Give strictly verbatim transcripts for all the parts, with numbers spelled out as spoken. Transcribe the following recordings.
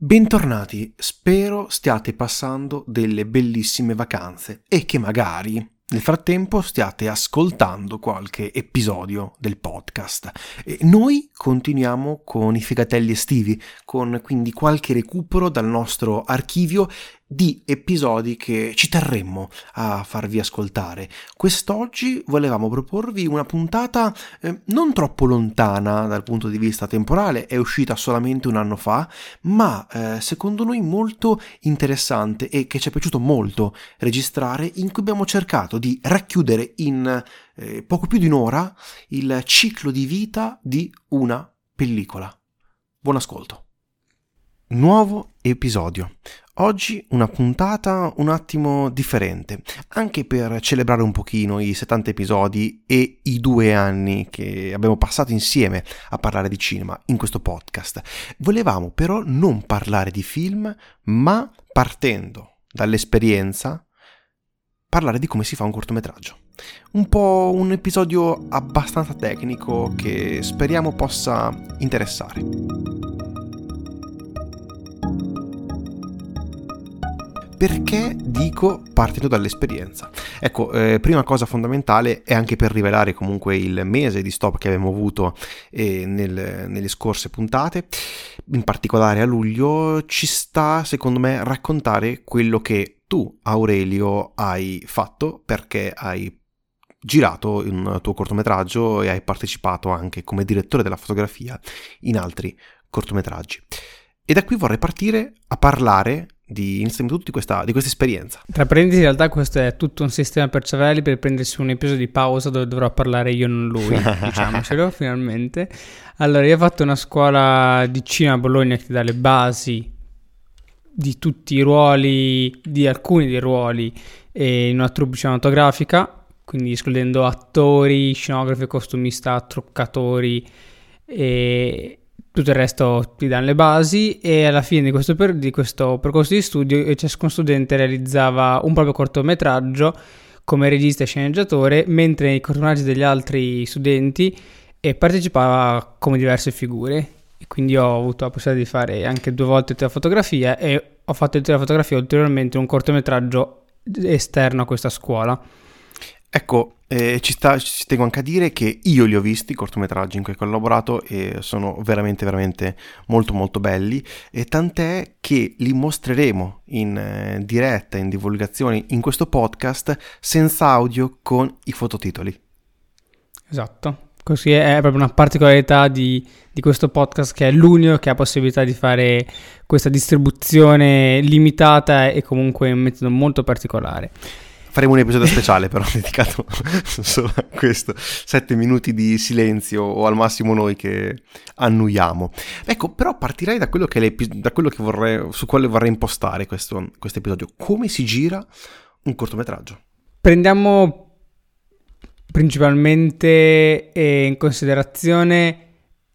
Bentornati, spero stiate passando delle bellissime vacanze e che magari nel frattempo stiate ascoltando qualche episodio del podcast. E noi continuiamo con i figatelli estivi, con quindi qualche recupero dal nostro archivio di episodi che ci terremmo a farvi ascoltare. Quest'oggi volevamo proporvi una puntata eh, non troppo lontana dal punto di vista temporale, è uscita solamente un anno fa, ma eh, secondo noi molto interessante e che ci è piaciuto molto registrare, in cui abbiamo cercato di racchiudere in eh, poco più di un'ora il ciclo di vita di una pellicola. Buon ascolto. Nuovo episodio. Oggi una puntata un attimo differente, anche per celebrare un pochino i settanta episodi e i due anni che abbiamo passato insieme a parlare di cinema in questo podcast. Volevamo però non parlare di film, ma partendo dall'esperienza parlare di come si fa un cortometraggio. Un po' un episodio abbastanza tecnico che speriamo possa interessare. Perché dico partendo dall'esperienza? Ecco, eh, prima cosa fondamentale è anche per rivelare comunque il mese di stop che abbiamo avuto eh, nel, nelle scorse puntate, in particolare a luglio, ci sta secondo me raccontare quello che tu, Aurelio, hai fatto perché hai girato un tuo cortometraggio e hai partecipato anche come direttore della fotografia in altri cortometraggi. E da qui vorrei partire a parlare di innanzitutto di questa, di questa esperienza. Tra parentesi, in realtà questo è tutto un sistema per cervelli per prendersi un episodio di pausa dove dovrò parlare io, non lui, diciamocelo finalmente. Allora, io ho fatto una scuola di cinema a Bologna che dà le basi di tutti i ruoli, di alcuni dei ruoli eh, in una troupe cinematografica, quindi escludendo attori, scenografi, costumista, truccatori e tutto il resto ti danno le basi, e alla fine di questo, per, di questo percorso di studio ciascun studente realizzava un proprio cortometraggio come regista e sceneggiatore, mentre nei cortometraggi degli altri studenti e partecipava come diverse figure. E quindi ho avuto la possibilità di fare anche due volte telefotografia e ho fatto in telefotografia ulteriormente un cortometraggio esterno a questa scuola. Ecco, eh, ci, sta, ci tengo anche a dire che io li ho visti i cortometraggi in cui ho collaborato e sono veramente veramente molto molto belli, e tant'è che li mostreremo in eh, diretta, in divulgazione in questo podcast senza audio con i fototitoli. Esatto, così è proprio una particolarità di, di questo podcast, che è l'unico che ha possibilità di fare questa distribuzione limitata e comunque in un metodo molto particolare. Faremo un episodio speciale però dedicato solo a questo, sette minuti di silenzio o al massimo noi che annuiamo. Ecco, però partirei da quello che, è da quello che vorrei, su quale vorrei impostare questo questo episodio. Come si gira un cortometraggio? Prendiamo principalmente eh, in considerazione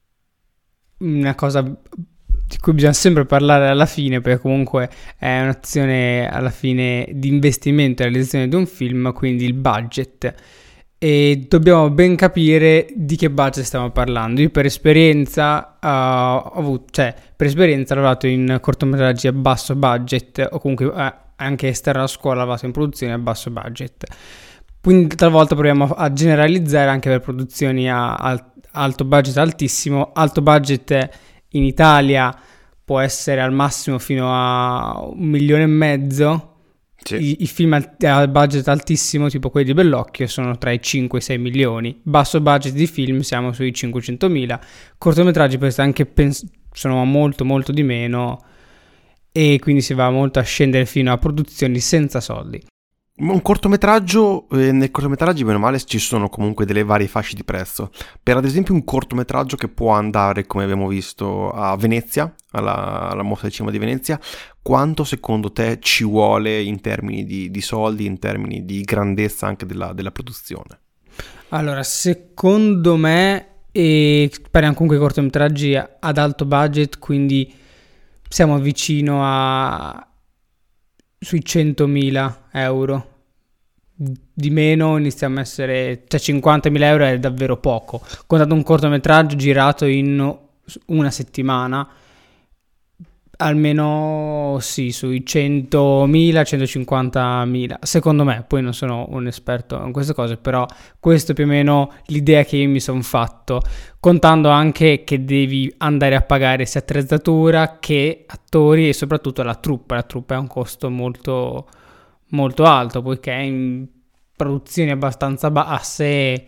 una cosa di cui bisogna sempre parlare alla fine, perché comunque è un'azione alla fine di investimento e realizzazione di un film, quindi il budget, e dobbiamo ben capire di che budget stiamo parlando. Io per esperienza uh, ho avuto, cioè per esperienza ho lavorato in cortometraggi a basso budget, o comunque eh, anche esterno alla scuola ho lavorato in produzioni a basso budget, quindi talvolta proviamo a generalizzare anche per produzioni a, a alto budget altissimo. Alto budget in Italia può essere al massimo fino a un milione e mezzo. Sì. I, i film a budget altissimo, tipo quelli di Bellocchio, sono tra i cinque e i sei milioni. Basso budget di film siamo sui cinquecentomila. Cortometraggi questi anche pens- sono molto molto di meno, e quindi si va molto a scendere fino a produzioni senza soldi. Un cortometraggio, eh, nei cortometraggi meno male ci sono comunque delle varie fasce di prezzo. Per ad esempio un cortometraggio che può andare, come abbiamo visto, a Venezia, alla, alla mostra di cinema di Venezia, quanto secondo te ci vuole in termini di, di soldi, in termini di grandezza anche della, della produzione? Allora, secondo me, e parliamo comunque di cortometraggi ad alto budget, quindi siamo vicino a sui centomila euro. Di meno iniziamo a essere, cioè cinquantamila euro è davvero poco. Contato un cortometraggio girato in una settimana Almeno sì, sui centomila, centocinquantamila, secondo me. Poi non sono un esperto in queste cose, però questo è più o meno l'idea che io mi sono fatto, contando anche che devi andare a pagare sia attrezzatura che attori e soprattutto la troupe. La troupe è un costo molto, molto alto, poiché in produzioni abbastanza basse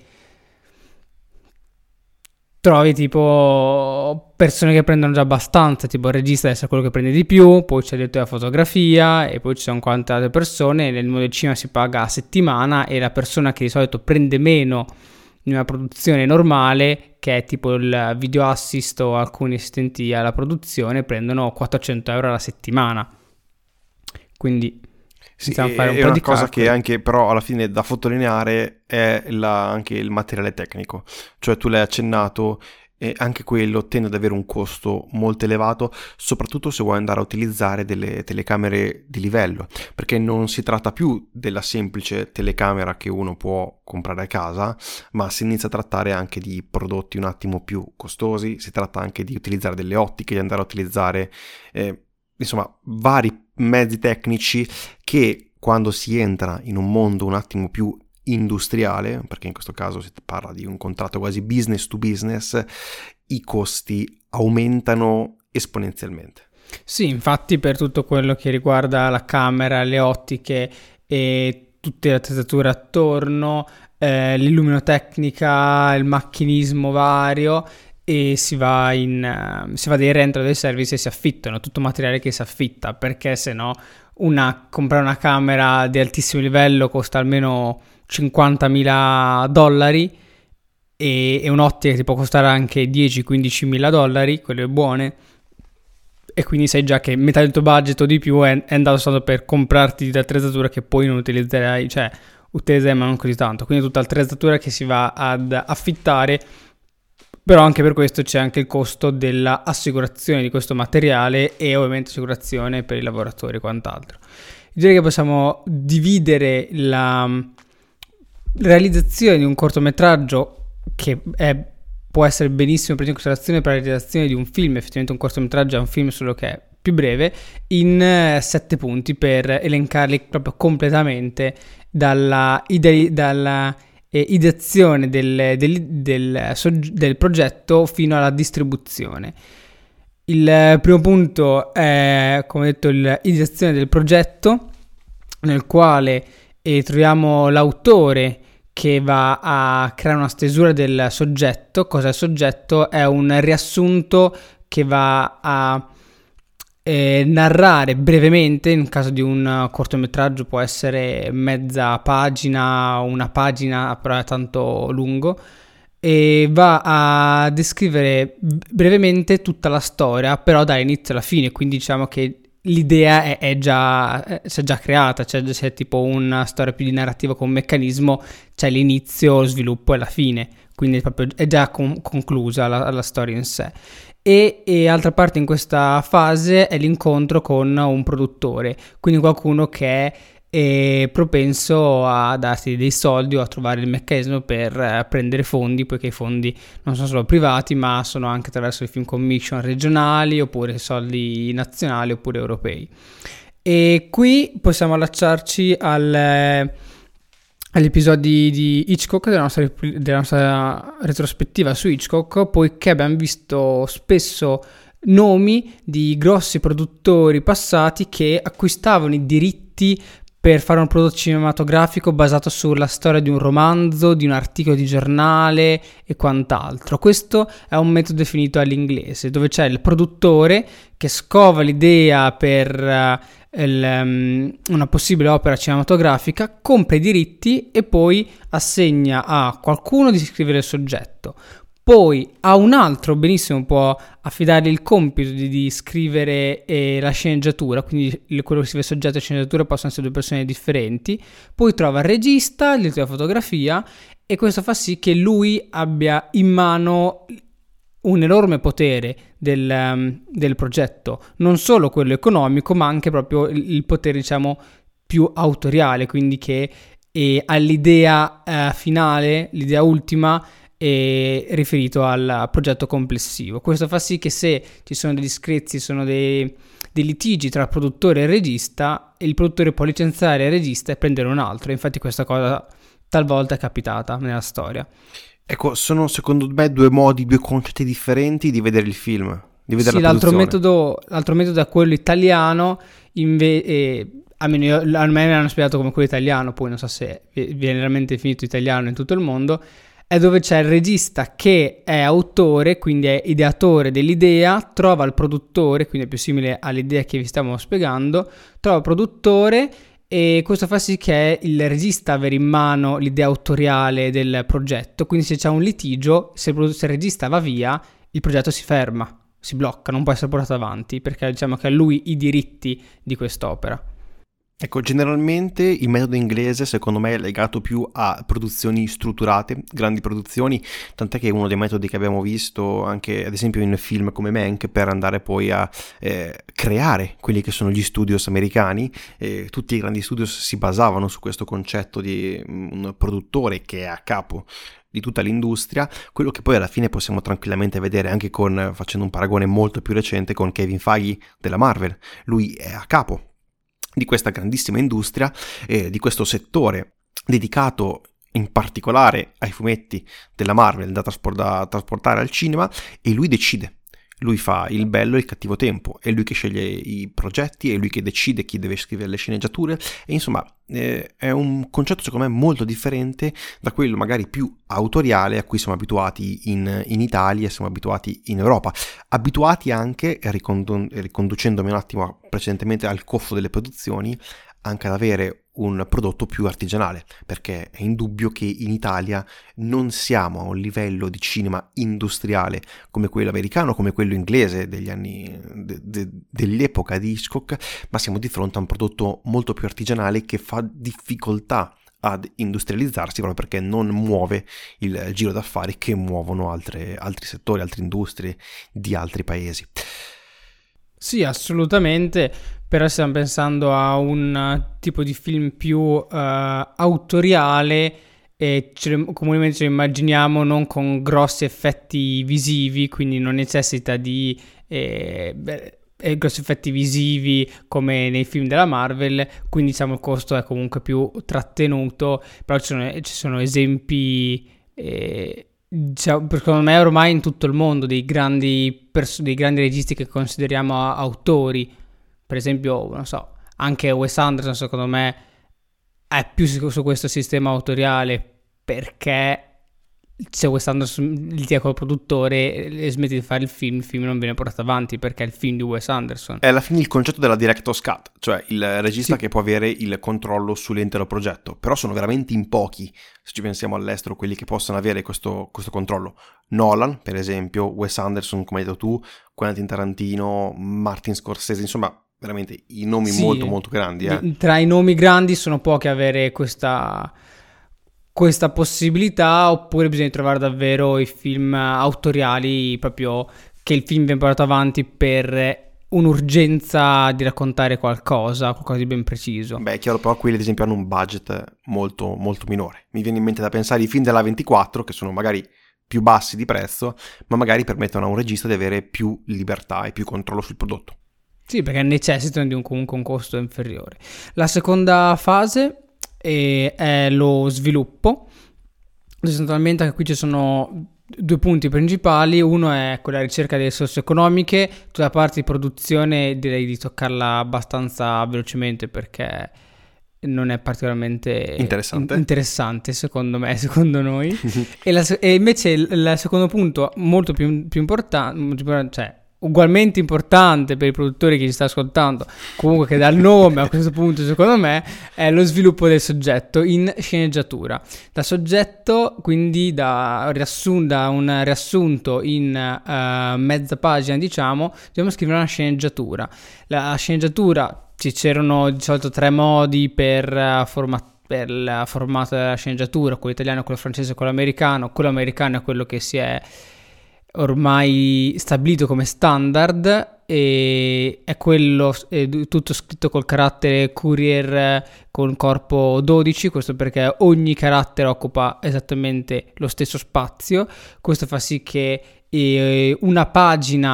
trovi tipo persone che prendono già abbastanza, tipo il regista deve essere quello che prende di più, poi c'è il direttore della fotografia e poi ci sono quante altre persone. Nel mondo del cinema si paga a settimana e la persona che di solito prende meno in una produzione normale, che è tipo il video assist o alcuni assistenti alla produzione, prendono quattrocento euro alla settimana. Quindi sì, è, fare un è po' una di cosa calcoli. Che anche però alla fine da sottolineare è la, anche il materiale tecnico, cioè tu l'hai accennato, e anche quello tende ad avere un costo molto elevato, soprattutto se vuoi andare a utilizzare delle telecamere di livello, perché non si tratta più della semplice telecamera che uno può comprare a casa, ma si inizia a trattare anche di prodotti un attimo più costosi, si tratta anche di utilizzare delle ottiche, di andare a utilizzare eh, insomma vari mezzi tecnici che quando si entra in un mondo un attimo più industriale, perché in questo caso si parla di un contratto quasi business to business, i costi aumentano esponenzialmente. Sì, infatti per tutto quello che riguarda la camera, le ottiche e tutte le attrezzature attorno, eh, l'illuminotecnica, il macchinismo vario, e si va in uh, si va dei rental, dei service e si affittano, tutto materiale che si affitta, perché se no una, comprare una camera di altissimo livello costa almeno cinquantamila dollari e, e un'ottica ti può costare anche dieci quindici mila dollari, quelle buone, e quindi sai già che metà del tuo budget o di più è, è andato solo per comprarti l'attrezzatura che poi non utilizzerai, cioè utilizzerai ma non così tanto, quindi tutta l'attrezzatura che si va ad affittare. Però anche per questo c'è anche il costo dell'assicurazione di questo materiale e ovviamente assicurazione per i lavoratori e quant'altro. Direi che possiamo dividere la realizzazione di un cortometraggio, che è, può essere benissimo preso in considerazione per la realizzazione di un film. Effettivamente un cortometraggio è un film solo che è più breve, in sette punti per elencarli proprio completamente dalla, ide- dalla E ideazione del, del, del, del progetto fino alla distribuzione. Il primo punto è, come detto, l'ideazione del progetto, nel quale eh, troviamo l'autore che va a creare una stesura del soggetto. Cos'è il soggetto? È un riassunto che va a Eh, narrare brevemente, in caso di un cortometraggio può essere mezza pagina, una pagina, però è tanto lungo, e va a descrivere brevemente tutta la storia, però dall'inizio alla fine, quindi diciamo che l'idea è, è già è, si è già creata, c'è, c'è tipo una storia più di narrativa con un meccanismo, c'è l'inizio, lo sviluppo e la fine, quindi è, proprio, è già con, conclusa la, la storia in sé. E, e altra parte in questa fase è l'incontro con un produttore, quindi qualcuno che è eh, propenso a darti dei soldi o a trovare il meccanismo per eh, prendere fondi, poiché i fondi non sono solo privati ma sono anche attraverso le film commission regionali oppure soldi nazionali oppure europei. E qui possiamo allacciarci al... agli episodi di Hitchcock, della nostra, della nostra retrospettiva su Hitchcock, poiché abbiamo visto spesso nomi di grossi produttori passati che acquistavano i diritti per fare un prodotto cinematografico basato sulla storia di un romanzo, di un articolo di giornale e quant'altro. Questo è un metodo definito all'inglese, dove c'è il produttore che scova l'idea per uh, il, um, una possibile opera cinematografica, compra i diritti e poi assegna a qualcuno di scrivere il soggetto. Poi a un altro benissimo può affidargli il compito di, di scrivere eh, la sceneggiatura, quindi il, quello che scrive il soggetto e la sceneggiatura possono essere due persone differenti. Poi trova il regista, il direttore della fotografia, e questo fa sì che lui abbia in mano un enorme potere del, um, del progetto, non solo quello economico ma anche proprio il, il potere, diciamo, più autoriale, quindi che eh, all'idea eh, finale, l'idea ultima, è riferito al progetto complessivo. Questo fa sì che se ci sono dei discrezi, sono dei, dei litigi tra produttore e regista, e il produttore può licenziare il regista e prendere un altro. Infatti questa cosa talvolta è capitata nella storia. Ecco, sono secondo me due modi, due concetti differenti di vedere il film, di vedere sì, la l'altro produzione. metodo, l'altro metodo è quello italiano, inve- eh, almeno io, a me mi hanno spiegato come quello italiano, poi non so se viene veramente definito italiano in tutto il mondo, è dove c'è il regista che è autore, quindi è ideatore dell'idea, trova il produttore, quindi è più simile all'idea che vi stiamo spiegando, trova il produttore, e questo fa sì che il regista avere in mano l'idea autoriale del progetto, quindi se c'è un litigio, se il, produ- se il regista va via, il progetto si ferma, si blocca, non può essere portato avanti, perché diciamo che ha lui i diritti di quest'opera. Ecco, generalmente il metodo inglese secondo me è legato più a produzioni strutturate, grandi produzioni, tant'è che è uno dei metodi che abbiamo visto anche ad esempio in film come Mank per andare poi a eh, creare quelli che sono gli studios americani. Eh, tutti i grandi studios si basavano su questo concetto di un produttore che è a capo di tutta l'industria, quello che poi alla fine possiamo tranquillamente vedere anche con, facendo un paragone molto più recente, con Kevin Feige della Marvel. Lui è a capo di questa grandissima industria, eh, di questo settore dedicato in particolare ai fumetti della Marvel da, trasport- da trasportare al cinema, e lui decide. Lui fa il bello e il cattivo tempo, è lui che sceglie i progetti, è lui che decide chi deve scrivere le sceneggiature, e insomma eh, è un concetto secondo me molto differente da quello magari più autoriale a cui siamo abituati in, in Italia e siamo abituati in Europa, abituati anche, ricondu- riconducendomi un attimo precedentemente al coffo delle produzioni, anche ad avere un prodotto più artigianale, perché è indubbio che in Italia non siamo a un livello di cinema industriale come quello americano, come quello inglese degli anni de, de, dell'epoca di Hitchcock, ma siamo di fronte a un prodotto molto più artigianale che fa difficoltà ad industrializzarsi proprio perché non muove il giro d'affari che muovono altre, altri settori, altre industrie di altri paesi. Sì, assolutamente, però stiamo pensando a un tipo di film più uh, autoriale, e ce, comunemente ce lo immaginiamo non con grossi effetti visivi, quindi non necessita di eh, beh, grossi effetti visivi come nei film della Marvel, quindi diciamo il costo è comunque più trattenuto, però ci sono, ci sono esempi... Eh, Cioè, secondo me ormai in tutto il mondo dei grandi, pers- dei grandi registi che consideriamo a- autori, per esempio, non so, anche Wes Anderson secondo me è più su, su questo sistema autoriale, perché se Wes Anderson litiga col produttore e smette di fare il film, il film non viene portato avanti perché è il film di Wes Anderson. È alla fine il concetto della director's cut, cioè il regista Sì. che può avere il controllo sull'intero progetto, però sono veramente in pochi, se ci pensiamo all'estero, quelli che possono avere questo, questo controllo. Nolan, per esempio, Wes Anderson, come hai detto tu, Quentin Tarantino, Martin Scorsese, insomma, veramente i nomi Sì, molto molto grandi. Eh. di- tra i nomi grandi sono pochi a avere questa... questa possibilità, oppure bisogna trovare davvero i film autoriali, proprio che il film viene portato avanti per un'urgenza di raccontare qualcosa, qualcosa di ben preciso. Beh, è chiaro, però quelli ad esempio hanno un budget molto molto minore. Mi viene in mente da pensare ai film della ventiquattro, che sono magari più bassi di prezzo, ma magari permettono a un regista di avere più libertà e più controllo sul prodotto. Sì, perché necessitano di un, comunque un costo inferiore. La seconda fase e è lo sviluppo. Sostanzialmente anche qui ci sono due punti principali. Uno è quella ricerca delle risorse economiche. Tutta la parte di produzione direi di toccarla abbastanza velocemente perché non è particolarmente interessante, in- interessante secondo me, secondo noi. e, la, e invece il, il secondo punto molto più, più importante, cioè ugualmente importante per i produttori che ci sta ascoltando, comunque che dà il nome a questo punto secondo me, è lo sviluppo del soggetto in sceneggiatura. Da soggetto, quindi da, riassun- da un riassunto in uh, mezza pagina, diciamo, dobbiamo scrivere una sceneggiatura. La sceneggiatura, ci c'erano di solito tre modi per uh, format- per il formato della sceneggiatura, quello italiano, quello francese e quello americano. Quello americano è quello che si è ormai stabilito come standard e è quello è tutto scritto col carattere Courier con corpo dodici, questo perché ogni carattere occupa esattamente lo stesso spazio. Questo fa sì che eh, una pagina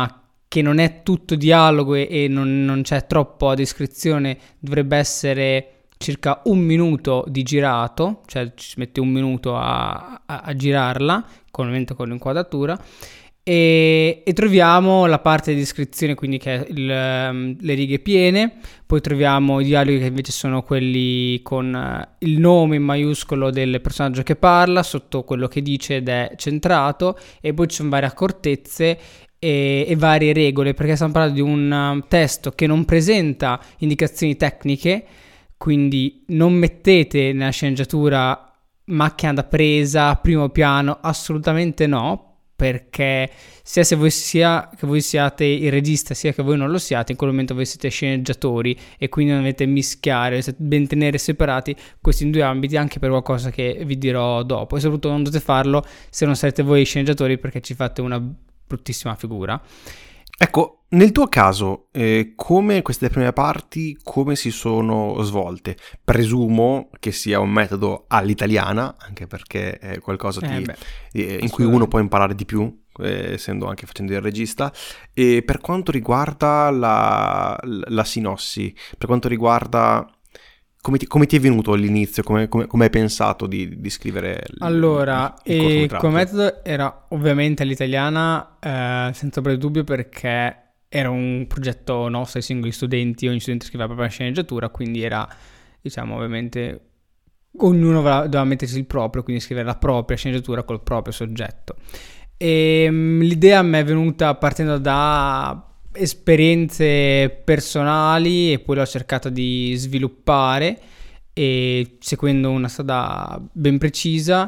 che non è tutto dialogo e, e non, non c'è troppa descrizione, dovrebbe essere circa un minuto di girato, cioè ci si mette un minuto a, a, a girarla, con, ovviamente con l'inquadratura, e, e troviamo la parte di descrizione, quindi che è il, um, le righe piene, poi troviamo i dialoghi che invece sono quelli con uh, il nome in maiuscolo del personaggio che parla, sotto quello che dice ed è centrato, e poi ci sono varie accortezze e, e varie regole, perché stiamo parlando di un um, testo che non presenta indicazioni tecniche, quindi non mettete nella sceneggiatura macchina da presa, primo piano, assolutamente no, perché sia se voi sia che voi siate il regista sia che voi non lo siate, in quel momento voi siete sceneggiatori e quindi non dovete mischiare, dovete ben tenere separati questi due ambiti, anche per qualcosa che vi dirò dopo, e soprattutto non dovete farlo se non sarete voi sceneggiatori, perché ci fate una bruttissima figura. Ecco, nel tuo caso, eh, come queste prime parti, come si sono svolte? Presumo che sia un metodo all'italiana, anche perché è qualcosa Eh ti, beh, eh, in cui uno può imparare di più, eh, essendo anche facendo il regista. E per quanto riguarda la, la sinossi, per quanto riguarda... Come ti, come ti è venuto all'inizio? Come, come, come hai pensato di, di scrivere il, allora, il, il e cortometraggio? come metodo era ovviamente all'italiana, eh, senza ombra di dubbio, perché era un progetto nostro, ai singoli studenti, ogni studente scriveva la propria sceneggiatura, quindi era, diciamo, ovviamente ognuno doveva mettersi il proprio, quindi scrivere la propria sceneggiatura col proprio soggetto. E um, l'idea mi è venuta partendo da esperienze personali e poi l'ho cercata di sviluppare e seguendo una strada ben precisa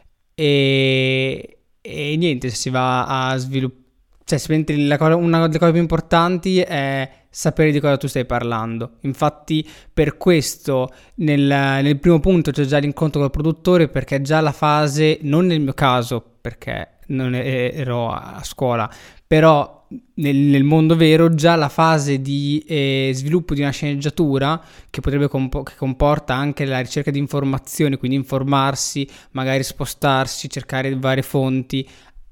e, e niente, si va a sviluppare, cioè la cosa, una delle cose più importanti è sapere di cosa tu stai parlando. Infatti per questo nel, nel primo punto c'è già l'incontro col produttore, perché già la fase, non nel mio caso perché non ero a scuola, però nel, nel mondo vero già la fase di eh, sviluppo di una sceneggiatura che potrebbe compo- che comporta anche la ricerca di informazioni, quindi informarsi, magari spostarsi, cercare varie fonti,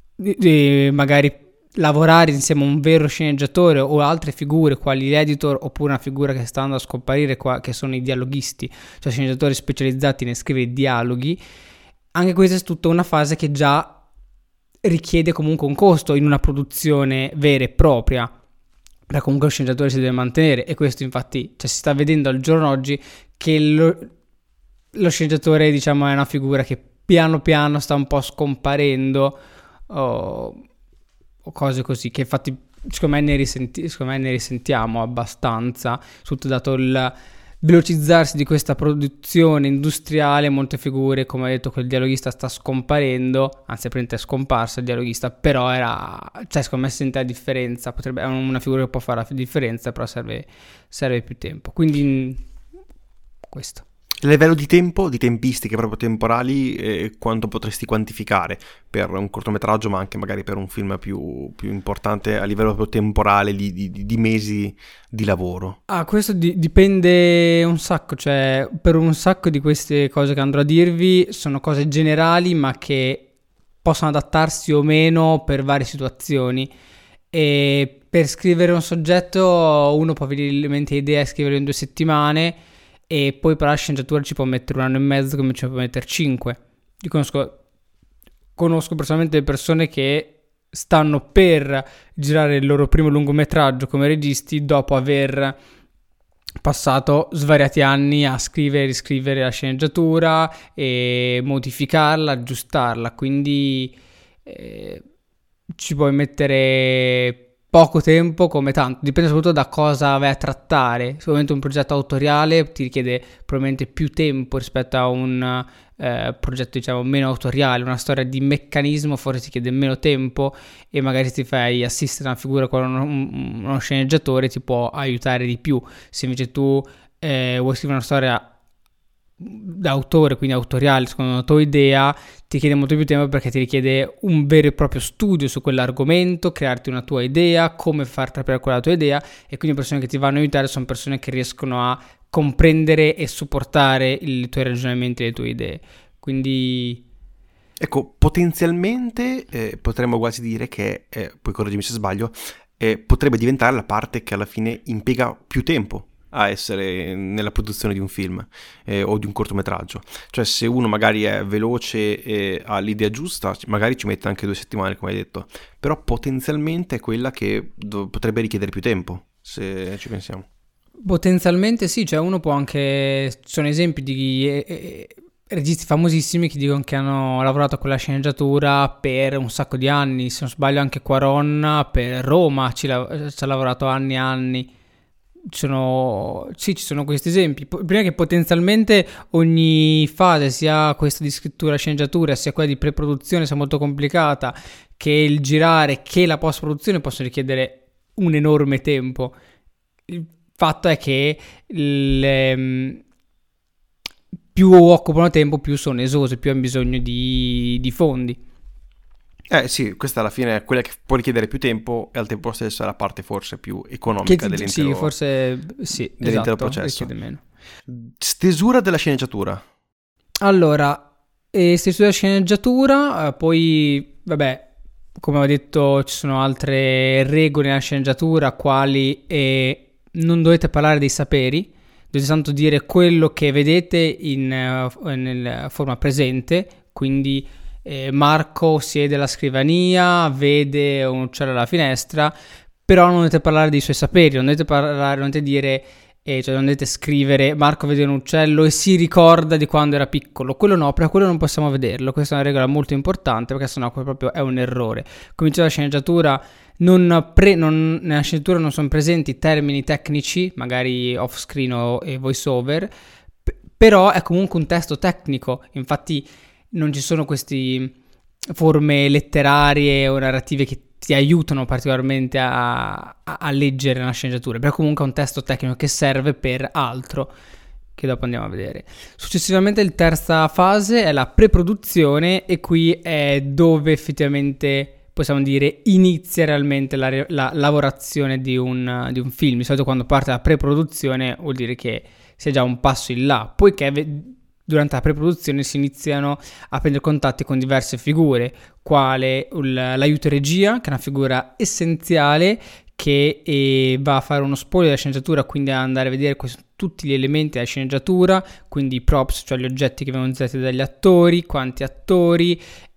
eh, magari lavorare insieme a un vero sceneggiatore o altre figure quali l'editor, oppure una figura che sta andando a scomparire qua, che sono i dialoghisti, cioè sceneggiatori specializzati nel scrivere dialoghi. Anche questa è tutta una fase che già richiede comunque un costo in una produzione vera e propria, perché comunque lo sceneggiatore si deve mantenere, e questo infatti, cioè, si sta vedendo al giorno d'oggi che lo, lo sceneggiatore, diciamo, è una figura che piano piano sta un po' scomparendo, o, o cose così, che infatti secondo me ne, risenti, secondo me ne risentiamo abbastanza, soprattutto dato il velocizzarsi di questa produzione industriale. Molte figure, come ho detto, quel dialoghista sta scomparendo, anzi apparentemente è scomparso il dialoghista, però era, cioè secondo me si sente la differenza, potrebbe, è una figura che può fare la differenza, però serve, serve più tempo, quindi questo. A livello di tempo, di tempistiche proprio temporali, eh, quanto potresti quantificare per un cortometraggio, ma anche magari per un film più, più importante a livello proprio temporale, di, di, di mesi di lavoro? Ah, questo di- dipende un sacco, cioè per un sacco di queste cose che andrò a dirvi sono cose generali, ma che possono adattarsi o meno per varie situazioni. E per scrivere un soggetto uno può venire in mente idea e scriverlo in due settimane, e poi per la sceneggiatura ci può mettere un anno e mezzo, come ci può mettere cinque. Io conosco, conosco personalmente persone che stanno per girare il loro primo lungometraggio come registi dopo aver passato svariati anni a scrivere e riscrivere la sceneggiatura e modificarla, aggiustarla, quindi eh, ci puoi mettere poco tempo come tanto, dipende soprattutto da cosa vai a trattare. Sicuramente un progetto autoriale ti richiede probabilmente più tempo rispetto a un eh, progetto, diciamo, meno autoriale. Una storia di meccanismo forse ti chiede meno tempo, e magari se ti fai assistere una figura con uno, uno sceneggiatore ti può aiutare di più. Se invece tu eh, vuoi scrivere una storia d'autore, quindi autoriale, secondo la tua idea, ti chiede molto più tempo, perché ti richiede un vero e proprio studio su quell'argomento, crearti una tua idea, come far trapelare quella tua idea, e quindi le persone che ti vanno a aiutare sono persone che riescono a comprendere e supportare i tuoi ragionamenti e le tue idee. Quindi ecco, potenzialmente eh, potremmo quasi dire che, eh, poi correggimi se sbaglio, eh, potrebbe diventare la parte che alla fine impiega più tempo a essere nella produzione di un film eh, o di un cortometraggio. Cioè, se uno magari è veloce e ha l'idea giusta, magari ci mette anche due settimane, come hai detto, però potenzialmente è quella che do- potrebbe richiedere più tempo, se ci pensiamo. Potenzialmente sì, cioè uno può anche... Ci sono esempi di eh, eh, registi famosissimi che dicono che hanno lavorato con la sceneggiatura per un sacco di anni. Se non sbaglio anche Quaron per Roma ci, la- ci ha lavorato anni e anni. Ci sono, sì, ci sono questi esempi. Po- Prima che potenzialmente ogni fase, sia questa di scrittura sceneggiatura, sia quella di pre-produzione, sia molto complicata, che il girare, che la post-produzione possono richiedere un enorme tempo. Il fatto è che le, più occupano tempo, più sono esose, più hanno bisogno di, di fondi. Eh sì, questa alla fine è quella che può richiedere più tempo e al tempo stesso è la parte forse più Che economica ti- dell'intero, sì, forse sì, dell'intero esatto, processo. richiede meno. Stesura della sceneggiatura. Allora, e se studia sceneggiatura, eh, poi, vabbè, come ho detto, ci sono altre regole nella sceneggiatura, quali eh, non dovete parlare dei saperi, dovete tanto dire quello che vedete in, eh, nel forma presente, quindi eh, Marco siede alla scrivania, vede un uccello alla finestra, però non dovete parlare dei suoi saperi, non dovete parlare, non dovete dire, eh, cioè non dovete scrivere Marco vede un uccello e si ricorda di quando era piccolo. Quello no, perché quello non possiamo vederlo. Questa è una regola molto importante, perché sennò quello proprio è un errore. Come diceva la sceneggiatura, non pre, non, nella sceneggiatura non sono presenti termini tecnici, magari off screen o e voice over, p- però è comunque un testo tecnico. Infatti non ci sono queste forme letterarie o narrative che ti aiutano particolarmente a, a, a leggere una sceneggiatura, però comunque è un testo tecnico che serve per altro, che dopo andiamo a vedere. Successivamente la terza fase è la pre-produzione, e qui è dove effettivamente possiamo dire inizia realmente la, re- la lavorazione di un, di un film. Di solito quando parte la pre-produzione vuol dire che si è già un passo in là, poiché ve- durante la pre-produzione si iniziano a prendere contatti con diverse figure, quale il- l'aiuto regia, che è una figura essenziale che eh, va a fare uno spoiler della sceneggiatura, quindi a andare a vedere questi, tutti gli elementi della sceneggiatura, quindi i props, cioè gli oggetti che vengono usati dagli attori, quanti attori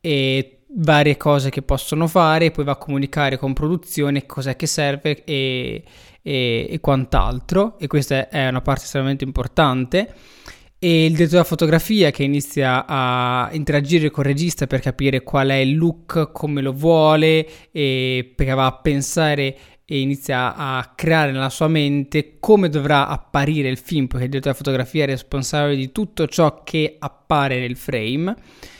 e varie cose che possono fare, e poi va a comunicare con produzione cos'è che serve e, e, e quant'altro, e questa è una parte estremamente importante. E il direttore della fotografia che inizia a interagire col regista per capire qual è il look, come lo vuole, e perché va a pensare e inizia a creare nella sua mente come dovrà apparire il film, perché il direttore della fotografia è responsabile di tutto ciò che appare nel frame.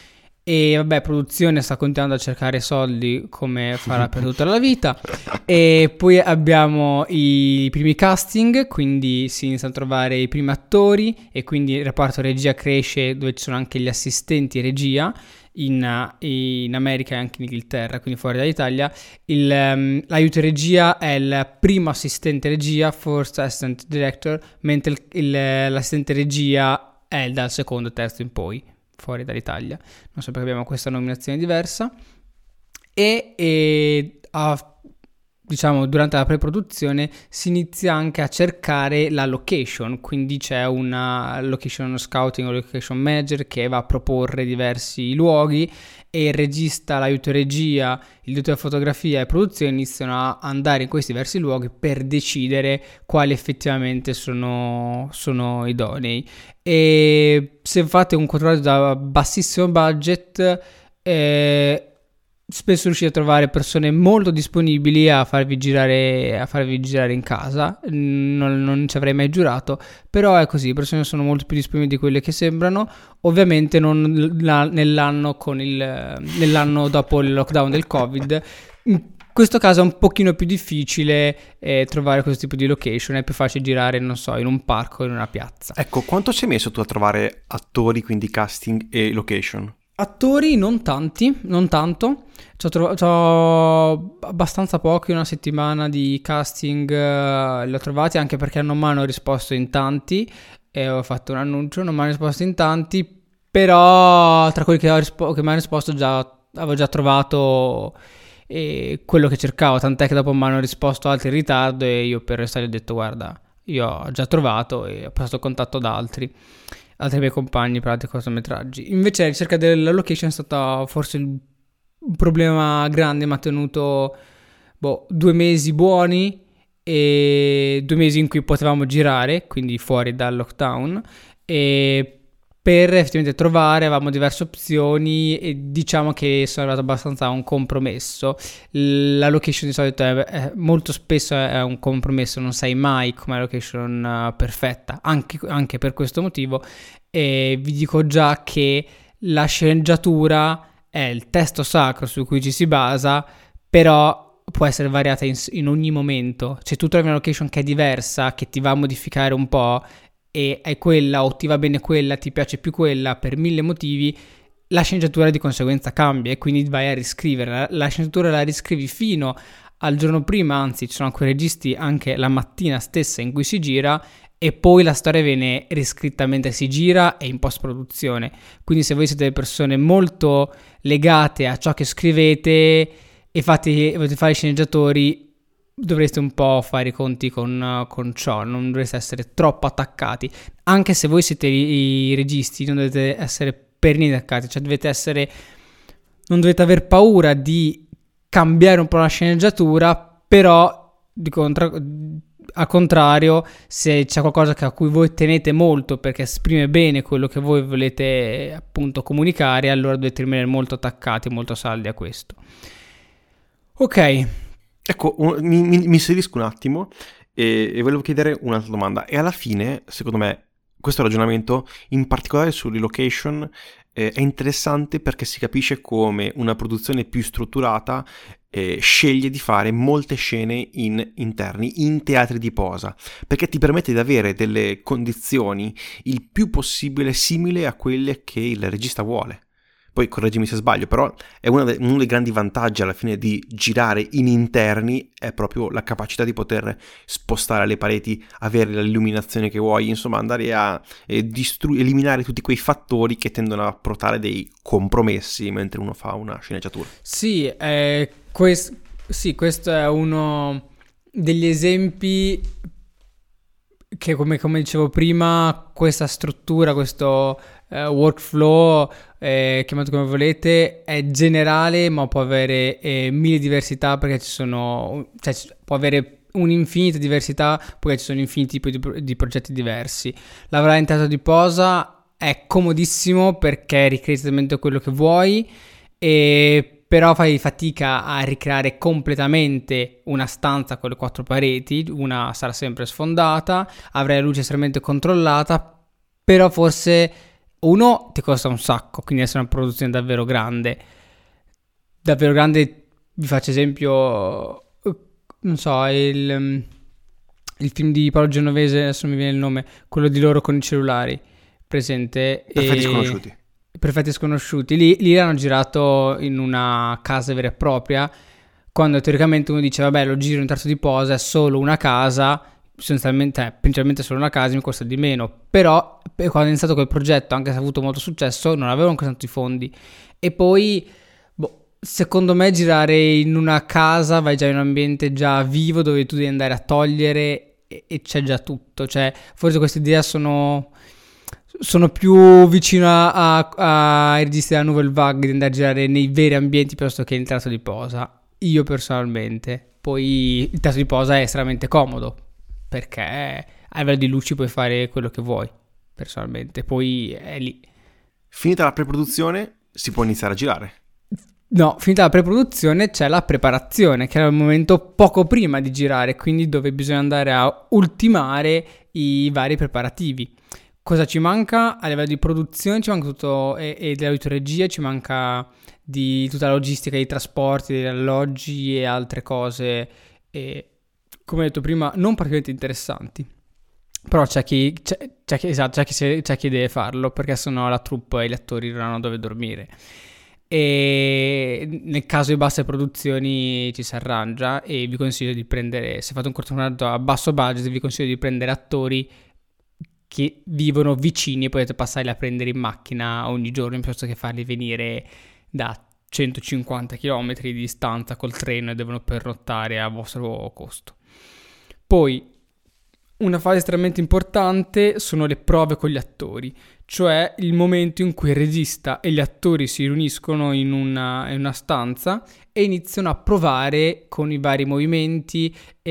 E vabbè, produzione sta continuando a cercare soldi come farà per tutta la vita. E poi abbiamo i primi casting, quindi si iniziano a trovare i primi attori, e quindi il reparto regia cresce, dove ci sono anche gli assistenti regia in, in America e anche in Inghilterra, quindi fuori dall'Italia. Il, um, l'aiuto regia è il primo assistente regia, first assistant director, mentre il, il, l'assistente regia è dal secondo, terzo in poi, fuori dall'Italia. Non so perché abbiamo questa nominazione diversa. E, e a, diciamo durante la pre-produzione si inizia anche a cercare la location, quindi c'è una location scouting o location manager che va a proporre diversi luoghi, e il regista, l'aiuto regia, il direttore di fotografia e produzione iniziano a andare in questi diversi luoghi per decidere quali effettivamente sono, sono idonei. E se fate un controllo da bassissimo budget, eh, spesso riuscite a trovare persone molto disponibili a farvi girare, a farvi girare in casa. Non, non ci avrei mai giurato, però è così, le persone sono molto più disponibili di quelle che sembrano. Ovviamente non la, nell'anno, con il, nell'anno dopo il lockdown del Covid. In questo caso è un pochino più difficile eh, trovare questo tipo di location, è più facile girare, non so, in un parco o in una piazza. Ecco, quanto ci hai messo tu a trovare attori, quindi casting e location? Attori non tanti, non tanto. Ci ho, trov- c'ho abbastanza pochi, una settimana di casting uh, li ho trovati, anche perché non mi hanno risposto in tanti, e ho fatto un annuncio, non mi hanno risposto in tanti, però tra quelli che, ho rispo- che mi hanno risposto già avevo già trovato e quello che cercavo, tant'è che dopo mi hanno risposto altri in ritardo e io per restare ho detto guarda, io ho già trovato e ho passato contatto ad altri altri miei compagni per altri cortometraggi. Invece la ricerca della location è stata forse il problema grande, mi ha tenuto boh, due mesi buoni e due mesi in cui potevamo girare, quindi fuori dal lockdown, e per effettivamente trovare avevamo diverse opzioni e diciamo che sono arrivato abbastanza a un compromesso. La location di solito è, è molto spesso è un compromesso, non sai mai come la location uh, perfetta, anche, anche per questo motivo, e vi dico già che la sceneggiatura è il testo sacro su cui ci si basa, però può essere variata in, in ogni momento. Cioè tu trovi una location che è diversa, che ti va a modificare un po' e è quella o ti va bene quella, ti piace più quella per mille motivi, la sceneggiatura di conseguenza cambia e quindi vai a riscrivere. La, la sceneggiatura la riscrivi fino al giorno prima, anzi ci sono alcuni registi anche la mattina stessa in cui si gira e poi la storia viene riscritta mentre si gira e in post-produzione. Quindi se voi siete delle persone molto legate a ciò che scrivete e fate, volete fare i sceneggiatori, dovreste un po' fare i conti con, con ciò, non dovreste essere troppo attaccati. Anche se voi siete i, i registi, non dovete essere per niente attaccati, cioè dovete essere, non dovete aver paura di cambiare un po' la sceneggiatura, però di contra, al contrario, se c'è qualcosa a cui voi tenete molto perché esprime bene quello che voi volete appunto comunicare, allora dovete rimanere molto attaccati, molto saldi a questo. Ok. Ecco, mi, mi, mi inserisco un attimo e, e volevo chiedere un'altra domanda. E alla fine, secondo me, questo ragionamento, in particolare sulle location, eh, è interessante perché si capisce come una produzione più strutturata eh, sceglie di fare molte scene in interni, in teatri di posa, perché ti permette di avere delle condizioni il più possibile simili a quelle che il regista vuole. Poi correggimi se sbaglio, però è uno dei, uno dei grandi vantaggi alla fine di girare in interni è proprio la capacità di poter spostare le pareti, avere l'illuminazione che vuoi, insomma andare a eh, distru- eliminare tutti quei fattori che tendono a portare dei compromessi mentre uno fa una sceneggiatura. Sì, eh, quest- sì, questo è uno degli esempi che come, come dicevo prima, questa struttura, questo uh, workflow, eh, chiamato come volete, è generale ma può avere eh, mille diversità perché ci sono, cioè può avere un'infinita diversità perché ci sono infiniti tipi di, di progetti diversi. Lavorare in teatro di posa è comodissimo perché ricrei esattamente quello che vuoi, e però fai fatica a ricreare completamente una stanza con le quattro pareti, una sarà sempre sfondata, avrai la luce estremamente controllata, però forse uno ti costa un sacco, quindi essere una produzione davvero grande. Davvero grande, vi faccio esempio, non so, il, il film di Paolo Genovese, adesso mi viene il nome, quello di Loro con i cellulari, presente? Perfetti e... sconosciuti. Perfetti sconosciuti, lì, lì l'hanno girato in una casa vera e propria, quando teoricamente uno dice vabbè lo giro in teatro di posa, è solo una casa, sostanzialmente è principalmente solo una casa, mi costa di meno, però quando è iniziato quel progetto, anche se ha avuto molto successo, non avevano così tanti fondi, e poi boh, secondo me girare in una casa vai già in un ambiente già vivo dove tu devi andare a togliere e, e c'è già tutto, cioè forse queste idee sono... sono più vicino ai registi della Nouvelle Vague di andare a girare nei veri ambienti piuttosto che in teatro di posa, io personalmente. Poi il teatro di posa è estremamente comodo perché a livello di luci puoi fare quello che vuoi, personalmente, poi è lì. Finita la pre-produzione si può iniziare a girare. No, finita la pre-produzione c'è la preparazione, che è il momento poco prima di girare, quindi dove bisogna andare a ultimare i vari preparativi. Cosa ci manca? A livello di produzione ci manca tutto, e, e dell'autoregia ci manca di tutta la logistica dei trasporti, degli alloggi e altre cose, e, come detto prima, non particolarmente interessanti. Però c'è chi, c'è, c'è chi, esatto, c'è chi, si, c'è chi deve farlo, perché sennò la troupe e gli attori non hanno dove dormire. E nel caso di basse produzioni ci si arrangia, e vi consiglio di prendere, se fate un cortometraggio a basso budget, vi consiglio di prendere attori che vivono vicini e potete passarli a prendere in macchina ogni giorno piuttosto che farli venire da centocinquanta chilometri di distanza col treno e devono pernottare a vostro costo. Poi una fase estremamente importante sono le prove con gli attori, cioè il momento in cui il regista e gli attori si riuniscono in una, in una stanza e iniziano a provare con i vari movimenti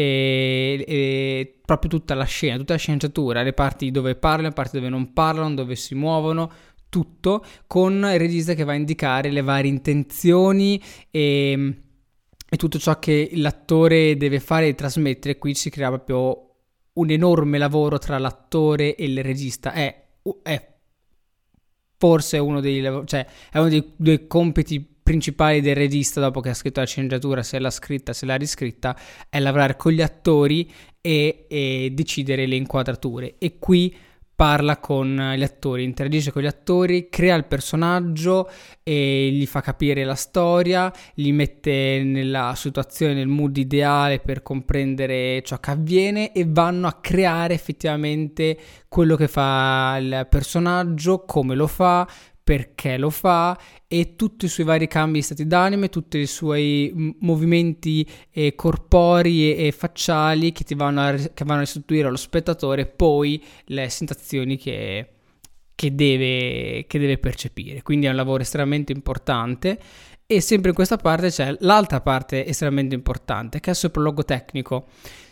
e, e proprio tutta la scena, tutta la sceneggiatura, le parti dove parlano, le parti dove non parlano, dove si muovono, tutto con il regista che va a indicare le varie intenzioni e, e tutto ciò che l'attore deve fare e trasmettere. Qui si crea proprio un enorme lavoro tra l'attore e il regista. È, è forse uno dei cioè è uno dei due compiti principali del regista dopo che ha scritto la sceneggiatura, se l'ha scritta, se l'ha riscritta, è lavorare con gli attori e, e decidere le inquadrature. E qui parla con gli attori, interagisce con gli attori, crea il personaggio e gli fa capire la storia, li mette nella situazione, nel mood ideale per comprendere ciò che avviene e vanno a creare effettivamente quello che fa il personaggio, come lo fa, perché lo fa e tutti i suoi vari cambi di stati d'anime, tutti i suoi m- movimenti eh, corporei e, e facciali che ti vanno a, che vanno a restituire allo spettatore poi le sensazioni che, che, deve, che deve percepire. Quindi è un lavoro estremamente importante. E sempre in questa parte c'è l'altra parte estremamente importante, che è il sopralluogo tecnico.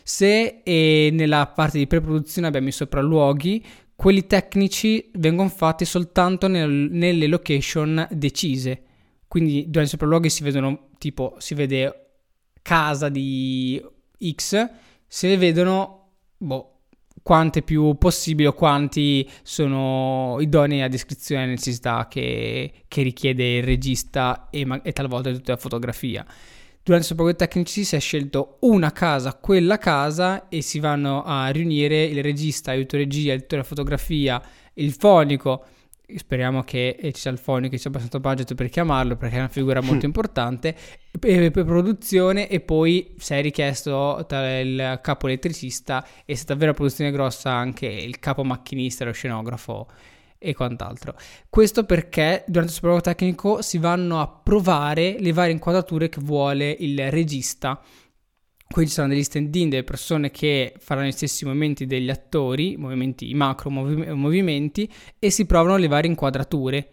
Se eh, nella parte di pre-produzione abbiamo i sopralluoghi, quelli tecnici vengono fatti soltanto nel, nelle location decise. Quindi durante i sopralluoghi si vedono, tipo, si vede casa di X, se ne vedono, boh, quante più possibili o quanti sono idonei a descrizione e necessità che, che richiede il regista e, e talvolta tutta la fotografia. Durante i sopralluoghi tecnici si è scelto una casa, quella casa, e si vanno a riunire il regista, aiuto regia, il direttore della fotografia, il fonico. Speriamo che ci sia il fonico, che ci sia abbastanza budget per chiamarlo, perché è una figura molto importante, per, per produzione. E poi, se è richiesto il capo elettricista e se davvero la produzione è grossa, anche il capo macchinista, lo scenografo e quant'altro. Questo perché durante il sopralluogo tecnico si vanno a provare le varie inquadrature che vuole il regista. Qui ci saranno degli stand-in, delle persone che faranno gli stessi movimenti degli attori, movimenti, i macro movi- movimenti, e si provano le varie inquadrature.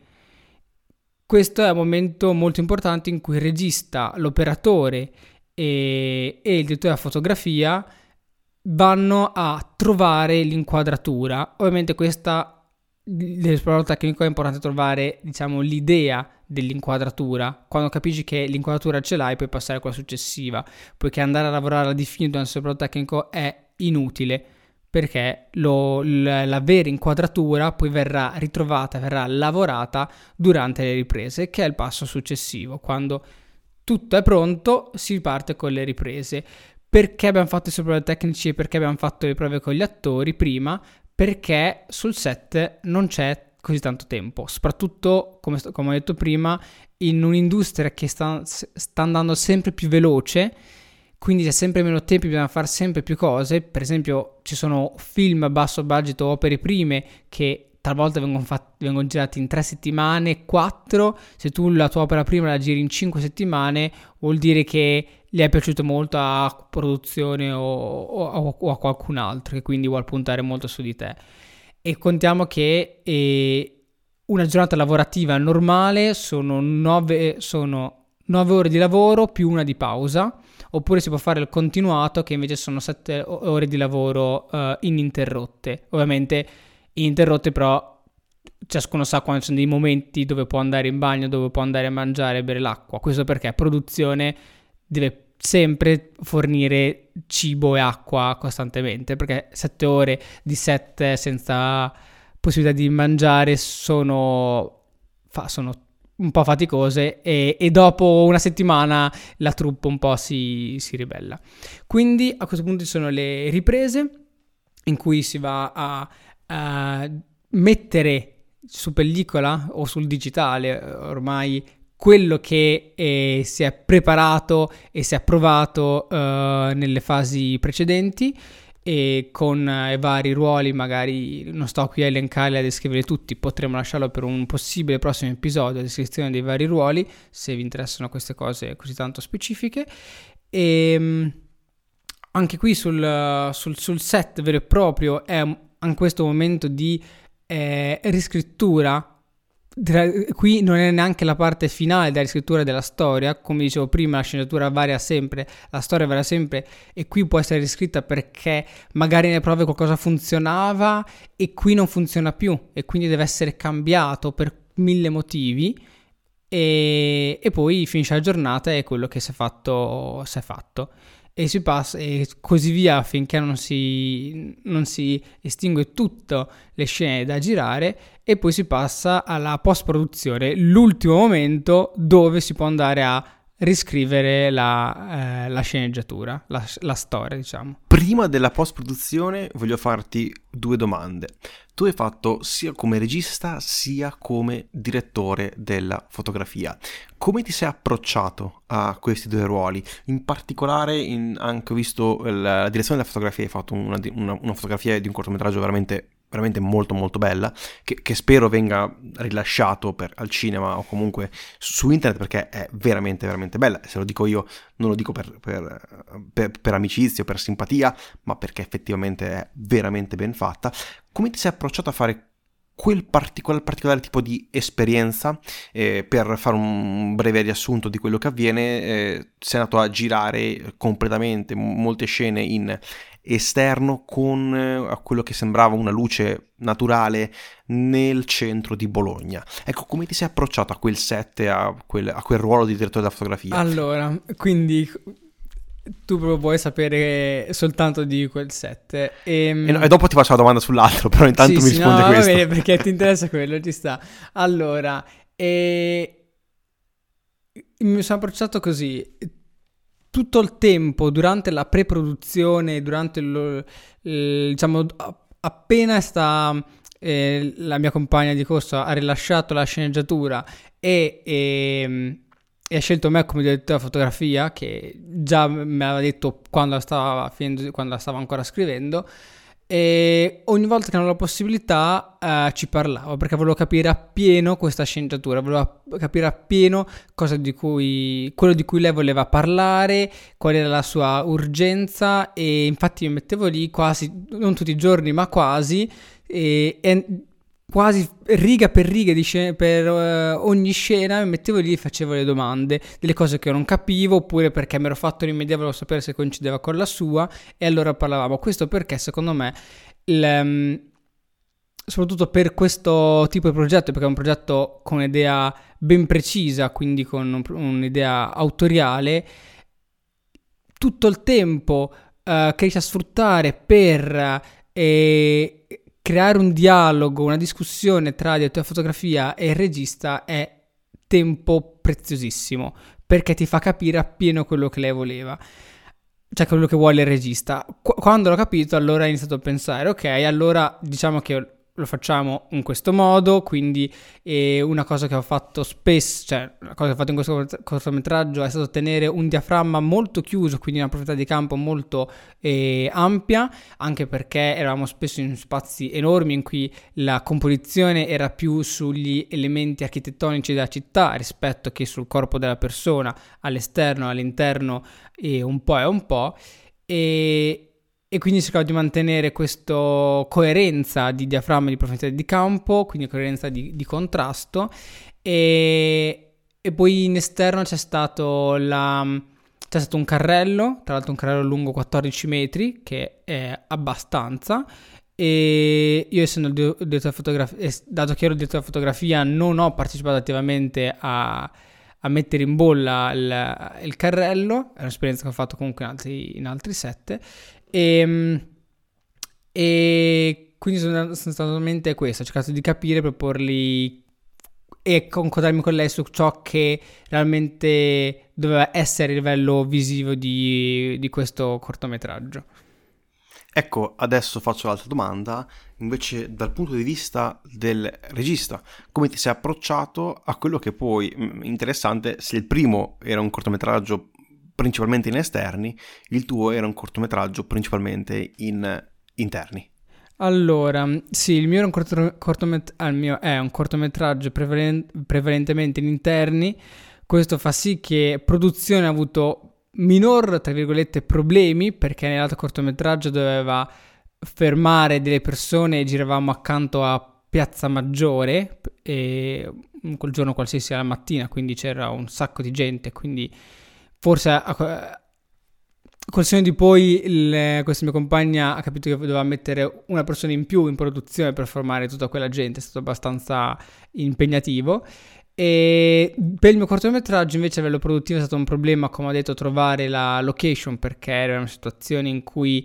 Questo è un momento molto importante in cui il regista, l'operatore e, e il direttore della fotografia vanno a trovare l'inquadratura. Ovviamente questa nell'esplorato tecnico è importante trovare, diciamo, l'idea dell'inquadratura. Quando capisci che l'inquadratura ce l'hai, puoi passare a quella successiva, poiché andare a lavorare alla definitiva nel esplorato tecnico è inutile, perché lo, l- la vera inquadratura poi verrà ritrovata, verrà lavorata durante le riprese, che è il passo successivo. Quando tutto è pronto, si parte con le riprese. Perché abbiamo fatto i sopralluoghi tecnici e perché abbiamo fatto le prove con gli attori prima? Perché sul set non c'è così tanto tempo, soprattutto, come, sto, come ho detto prima, in un'industria che sta, sta andando sempre più veloce, quindi c'è sempre meno tempo, bisogna fare sempre più cose. Per esempio ci sono film a basso budget o opere prime che talvolta vengono, fatti, vengono girati in tre settimane, quattro. Se tu la tua opera prima la giri in cinque settimane, vuol dire che gli è piaciuto molto a produzione o, o, o a qualcun altro, che quindi vuole puntare molto su di te. E contiamo che eh, una giornata lavorativa normale sono nove, sono nove ore di lavoro più una di pausa, oppure si può fare il continuato, che invece sono sette ore di lavoro eh, ininterrotte. Ovviamente ininterrotte, però ciascuno sa quando sono dei momenti dove può andare in bagno, dove può andare a mangiare e bere l'acqua. Questo perché produzione deve sempre fornire cibo e acqua costantemente, perché sette ore di set senza possibilità di mangiare sono, fa, sono un po' faticose e, e dopo una settimana la troupe un po' si, si ribella. Quindi a questo punto ci sono le riprese in cui si va a, a mettere su pellicola o sul digitale ormai quello che eh, si è preparato e si è provato uh, nelle fasi precedenti, e con i vari ruoli, magari non sto qui a elencarli, a descriverli tutti, potremmo lasciarlo per un possibile prossimo episodio, la descrizione dei vari ruoli, se vi interessano queste cose così tanto specifiche. E anche qui sul, sul, sul set vero e proprio è in questo momento di eh, riscrittura. Qui non è neanche la parte finale della riscrittura della storia, come dicevo prima, la sceneggiatura varia sempre, la storia varia sempre, e qui può essere riscritta perché magari nelle prove qualcosa funzionava e qui non funziona più e quindi deve essere cambiato per mille motivi, e, e poi finisce la giornata e quello che si è fatto si è fatto e si passa e così via finché non si, non si estingue tutte le scene da girare, e poi si passa alla post-produzione, l'ultimo momento dove si può andare a riscrivere la, eh, la sceneggiatura, la, la storia, diciamo. Prima della post-produzione voglio farti due domande. Tu hai fatto sia come regista sia come direttore della fotografia. Come ti sei approcciato a questi due ruoli? In particolare, in, anche ho visto la, la direzione della fotografia, hai fatto una, una, una fotografia di un cortometraggio veramente veramente molto molto bella, che, che spero venga rilasciato per, al cinema o comunque su internet, perché è veramente veramente bella. Se lo dico io non lo dico per, per, per, per amicizia o per simpatia, ma perché effettivamente è veramente ben fatta. Come ti sei approcciato a fare quel particolare, particolare tipo di esperienza? Eh, per fare un breve riassunto di quello che avviene, eh, sei andato a girare completamente molte scene in esterno con eh, quello che sembrava una luce naturale nel centro di Bologna. Ecco, come ti sei approcciato a quel set, a quel, a quel ruolo di direttore della fotografia? Allora, quindi tu proprio vuoi sapere soltanto di quel set e, e, no, e dopo ti faccio la domanda sull'altro, però intanto sì, mi sì, rispondi no, questo. Va bene, perché ti interessa quello, ci sta. Allora, e... mi sono approcciato così. Tutto il tempo durante la pre-produzione, durante lo, il, diciamo appena sta eh, la mia compagna di corso ha rilasciato la sceneggiatura e, e, e ha scelto me come direttore della fotografia, che già me l'aveva detto quando la stava finendo, quando la stava ancora scrivendo, e ogni volta che avevo la possibilità eh, ci parlavo, perché volevo capire appieno questa sceneggiatura, volevo capire appieno cosa di cui, quello di cui lei voleva parlare, qual era la sua urgenza, e infatti mi mettevo lì quasi, non tutti i giorni ma quasi, e, e quasi riga per riga di scena, per uh, ogni scena mi mettevo lì e facevo le domande, delle cose che io non capivo, oppure perché mi ero fatto un'idea, volevo sapere se coincideva con la sua, e allora parlavamo. Questo perché secondo me il, um, soprattutto per questo tipo di progetto, perché è un progetto con un'idea ben precisa, quindi con un, un'idea autoriale, tutto il tempo uh, che riesci a sfruttare per eh, creare un dialogo, una discussione tra il direttore di fotografia e il regista è tempo preziosissimo, perché ti fa capire appieno quello che lei voleva, cioè quello che vuole il regista. Qu- quando l'ho capito, allora ho iniziato a pensare, ok, allora diciamo che lo facciamo in questo modo, quindi eh, una cosa che ho fatto spesso, cioè una cosa che ho fatto in questo cortometraggio è stato tenere un diaframma molto chiuso, quindi una profondità di campo molto eh, ampia, anche perché eravamo spesso in spazi enormi in cui la composizione era più sugli elementi architettonici della città rispetto che sul corpo della persona, all'esterno, all'interno e un po' e un po', e E quindi cercavo di mantenere questa coerenza di diaframma e di profondità di campo, quindi coerenza di, di contrasto. E, e poi in esterno c'è stato, la, c'è stato un carrello, tra l'altro un carrello lungo quattordici metri, che è abbastanza. E io, essendo il direttore di fotografia, dato che ero il direttore di fotografia, non ho partecipato attivamente a, a mettere in bolla il, il carrello. È un'esperienza che ho fatto comunque in altri, in altri set. E, e quindi sono, sostanzialmente questo, ho cercato di capire, proporli e concordarmi con lei su ciò che realmente doveva essere il livello visivo di, di questo cortometraggio. Ecco, adesso faccio l'altra domanda, invece dal punto di vista del regista, come ti sei approcciato a quello che poi, interessante, se il primo era un cortometraggio principalmente in esterni, il tuo era un cortometraggio principalmente in interni. Allora, sì, il mio, era un corto, cortomet- ah, il mio è un cortometraggio prevalen- prevalentemente in interni. Questo fa sì che produzione ha avuto minor, tra virgolette, problemi, perché nell'altro cortometraggio doveva fermare delle persone e giravamo accanto a Piazza Maggiore, e quel giorno qualsiasi alla mattina, quindi c'era un sacco di gente, quindi forse col senno di poi il, questa mia compagna ha capito che doveva mettere una persona in più in produzione per formare tutta quella gente, è stato abbastanza impegnativo. E per il mio cortometraggio invece a livello produttivo è stato un problema, come ho detto, trovare la location, perché era una situazione in cui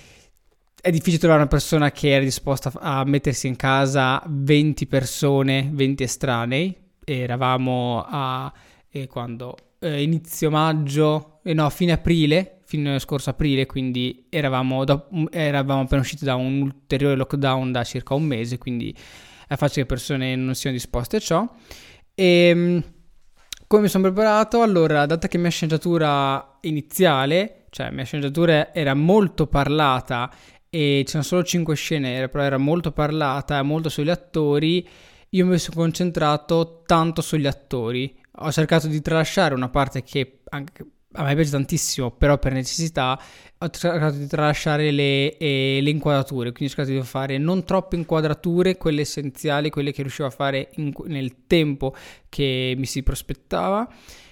è difficile trovare una persona che era disposta a mettersi in casa venti persone, venti estranei. E eravamo a eh, quando eh, inizio maggio, eh, no, fine aprile, fine scorso aprile, quindi eravamo, do- eravamo appena usciti da un ulteriore lockdown da circa un mese, quindi è facile che persone non siano disposte a ciò. E come mi sono preparato? Allora, data che la mia sceneggiatura iniziale, cioè la mia sceneggiatura era molto parlata e c'erano solo cinque scene, però era molto parlata, molto sugli attori, io mi sono concentrato tanto sugli attori. Ho cercato di tralasciare una parte che anche a me piace tantissimo, però per necessità ho cercato di tralasciare le, eh, le inquadrature, quindi ho cercato di fare non troppe inquadrature, quelle essenziali, quelle che riuscivo a fare in, nel tempo che mi si prospettava,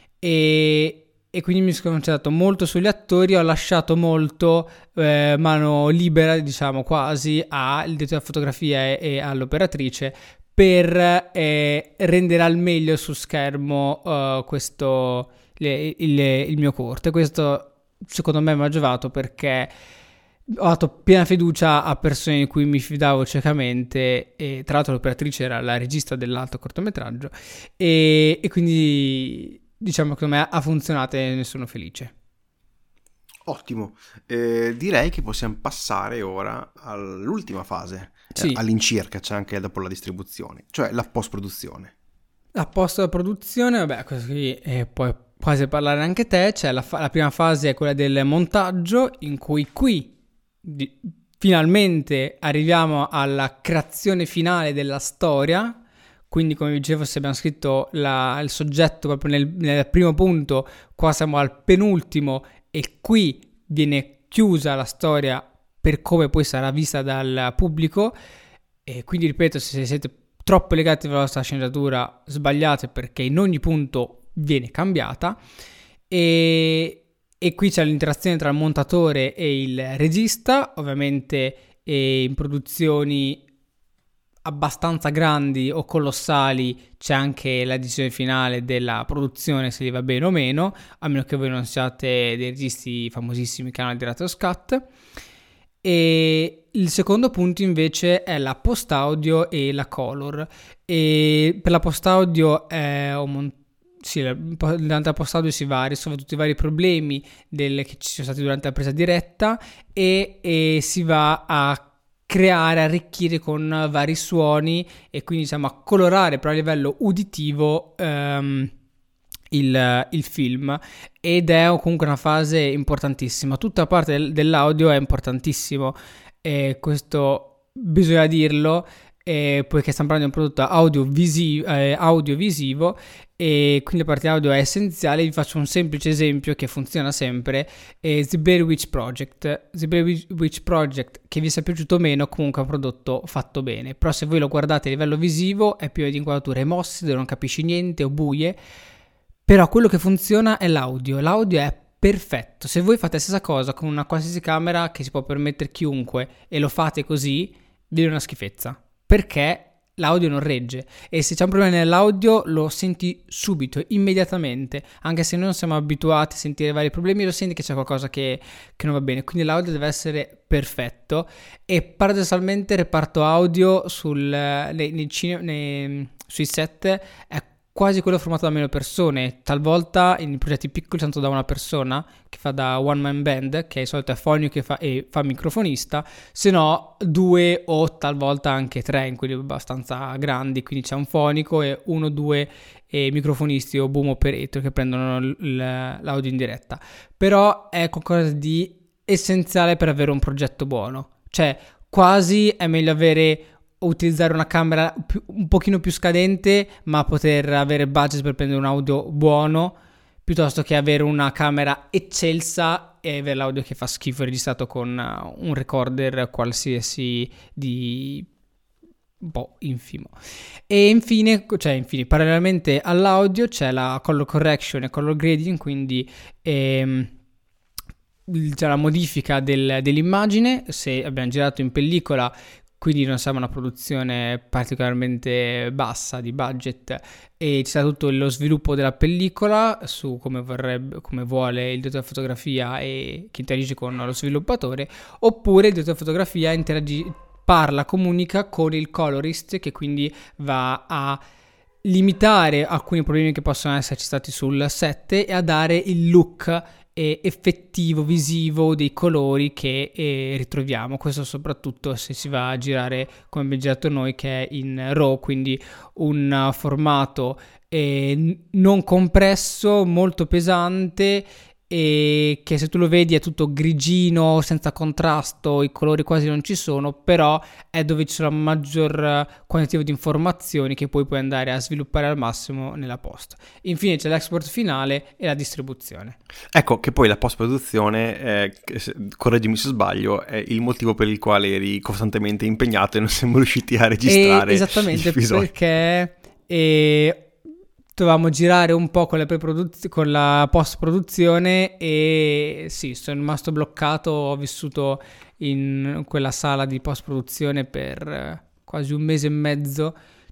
e e quindi mi sono concentrato molto sugli attori, ho lasciato molto eh, mano libera, diciamo quasi, al direttore della fotografia e, e all'operatrice per eh, rendere al meglio su schermo uh, questo il, il, il mio corto. E questo secondo me mi ha giovato, perché ho dato piena fiducia a persone di cui mi fidavo ciecamente, e tra l'altro l'operatrice era la regista dell'altro cortometraggio, e, e quindi diciamo che secondo me ha funzionato e ne sono felice. Ottimo, eh, direi che possiamo passare ora all'ultima fase, Sì. eh, all'incirca c'è anche dopo la distribuzione, cioè la post-produzione. La post-produzione, vabbè, così eh, puoi quasi parlare anche te, cioè la, fa- la prima fase è quella del montaggio, in cui qui di- finalmente arriviamo alla creazione finale della storia. Quindi, come vi dicevo, se abbiamo scritto la, il soggetto proprio nel, nel primo punto, qua siamo al penultimo e qui viene chiusa la storia per come poi sarà vista dal pubblico. E quindi, ripeto, se siete troppo legati alla vostra sceneggiatura, sbagliate, perché in ogni punto viene cambiata. E, e qui c'è l'interazione tra il montatore e il regista, ovviamente e in produzioni abbastanza grandi o colossali c'è anche la decisione finale della produzione, se gli va bene o meno, a meno che voi non siate dei registi famosissimi che hanno il Director's Cut. E il secondo punto invece è la post audio e la color. E per la post audio è un mon- sì, durante la post audio si va a risolvere tutti i vari problemi del, che ci sono stati durante la presa diretta, e, e si va a creare, arricchire con vari suoni, e quindi diciamo a colorare però a livello uditivo um, il, il film, ed è comunque una fase importantissima. Tutta la parte del, dell'audio è importantissimo, e questo bisogna dirlo, eh, poiché stiamo parlando di un prodotto audiovisivo, eh, audiovisivo, e quindi la parte audio è essenziale. Vi faccio un semplice esempio che funziona sempre: è The Blair Witch Project. The Blair Witch Project, che vi sia piaciuto o meno, comunque è un prodotto fatto bene, però se voi lo guardate a livello visivo è pieno di inquadrature mosse dove non capisci niente o buie, però quello che funziona è l'audio. L'audio è perfetto. Se voi fate la stessa cosa con una qualsiasi camera che si può permettere chiunque e lo fate così, viene una schifezza, perché l'audio non regge, e se c'è un problema nell'audio lo senti subito, immediatamente, anche se noi non siamo abituati a sentire vari problemi, lo senti che c'è qualcosa che, che non va bene. Quindi l'audio deve essere perfetto, e paradossalmente il reparto audio sul, nei, nei cine, nei, sui set è quasi quello formato da meno persone. Talvolta in progetti piccoli tanto da una persona che fa da one man band, che di solito è fonico e fa, e fa microfonista, se no due o talvolta anche tre, in quelli abbastanza grandi, quindi c'è un fonico e uno o due e microfonisti o boom operator che prendono l- l- l'audio in diretta. Però è qualcosa di essenziale per avere un progetto buono, cioè quasi è meglio avere utilizzare una camera più, un pochino più scadente ma poter avere budget per prendere un audio buono, piuttosto che avere una camera eccelsa e avere l'audio che fa schifo registrato con un recorder qualsiasi di un po' infimo. E infine, cioè infine, parallelamente all'audio c'è la color correction e color grading, quindi ehm, c'è la modifica del, dell'immagine. Se abbiamo girato in pellicola, quindi non siamo una produzione particolarmente bassa di budget e ci sta tutto lo sviluppo della pellicola su come vorrebbe, come vuole il direttore di fotografia e che interagisce con lo sviluppatore, oppure il direttore di fotografia interagi- parla, comunica con il colorist, che quindi va a limitare alcuni problemi che possono esserci stati sul set e a dare il look effettivo, visivo dei colori che eh, ritroviamo. Questo soprattutto se si va a girare come abbiamo girato noi, che è in RAW, quindi un formato eh, non compresso, molto pesante, e che se tu lo vedi è tutto grigino, senza contrasto, i colori quasi non ci sono, però è dove ci sono la maggior quantitativo di informazioni che poi puoi andare a sviluppare al massimo nella post. Infine c'è l'export finale e la distribuzione. Ecco che poi la post-produzione, eh, correggimi se sbaglio, è il motivo per il quale eri costantemente impegnato e non siamo riusciti a registrare. E esattamente, perché eh, dovevamo girare un po' con la, preproduz- con la post-produzione e sì, sono rimasto bloccato, ho vissuto in quella sala di post-produzione per quasi un mese e mezzo,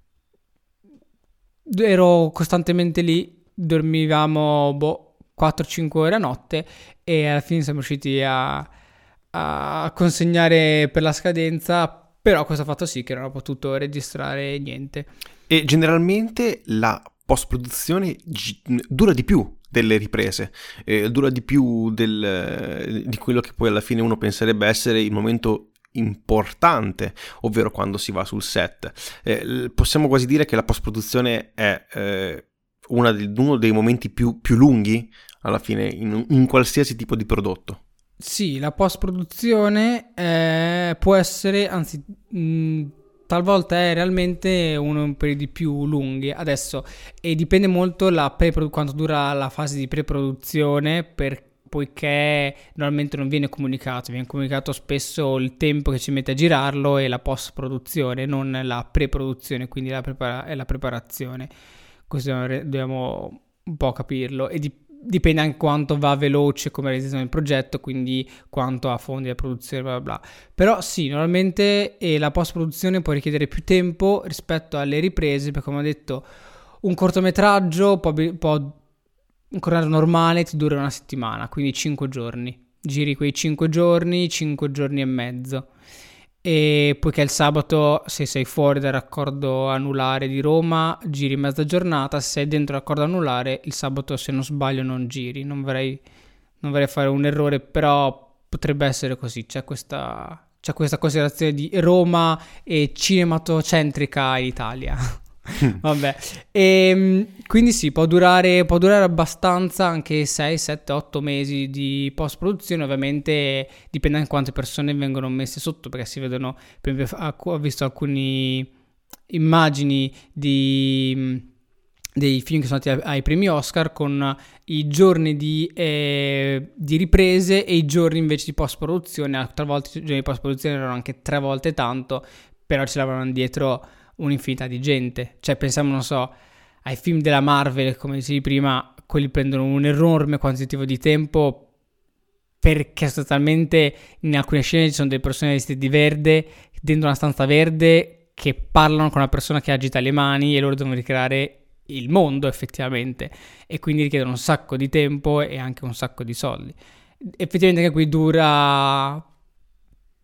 ero costantemente lì, dormivamo boh, quattro cinque ore a notte e alla fine siamo riusciti a, a consegnare per la scadenza, però questo ha fatto sì che non ho potuto registrare niente. E generalmente la post-produzione gi- dura di più delle riprese, eh, dura di più del, di quello che poi alla fine uno penserebbe essere il momento importante, ovvero quando si va sul set. Eh, possiamo quasi dire che la post-produzione è eh, una di, uno dei momenti più, più lunghi alla fine in, in qualsiasi tipo di prodotto. Sì, la post-produzione eh, può essere, anzi mh, talvolta è realmente uno dei periodi più lunghi adesso, e dipende molto la pre-produ- quanto dura la fase di pre-produzione, per, poiché normalmente non viene comunicato, viene comunicato spesso il tempo che ci mette a girarlo e la post-produzione, non la pre-produzione, quindi la, prepara- la preparazione. Questo dobbiamo, dobbiamo un po' capirlo, e di dipende anche quanto va veloce come realizzazione del progetto, quindi quanto ha fondi da produzione, bla bla bla. Però sì, normalmente eh, la post-produzione può richiedere più tempo rispetto alle riprese, perché come ho detto un cortometraggio può, può un cortometraggio normale ti dura una settimana, quindi cinque giorni. Giri quei cinque giorni, cinque giorni e mezzo. E poiché il sabato, se sei fuori dal raccordo anulare di Roma, giri mezza giornata. Se sei dentro il raccordo anulare, il sabato, se non sbaglio, non giri. Non vorrei, non vorrei fare un errore, però potrebbe essere così. C'è questa, c'è questa considerazione di Roma e cinematocentrica in Italia. Vabbè, e quindi sì, può durare, può durare abbastanza, anche sei, sette, otto mesi di post produzione. Ovviamente dipende anche quante persone vengono messe sotto, perché si vedono, per esempio, ho visto alcune immagini di dei film che sono andati ai premi Oscar con i giorni di, eh, di riprese e i giorni invece di post produzione. Talvolta i giorni di post produzione erano anche tre volte tanto, però ci lavoravano dietro un'infinità di gente. Cioè pensiamo, non so, ai film della Marvel, come dicevi prima, quelli prendono un enorme quantitativo di tempo, perché totalmente in alcune scene ci sono delle persone vestite di verde dentro una stanza verde che parlano con una persona che agita le mani e loro devono ricreare il mondo effettivamente, e quindi richiedono un sacco di tempo e anche un sacco di soldi. Effettivamente anche qui dura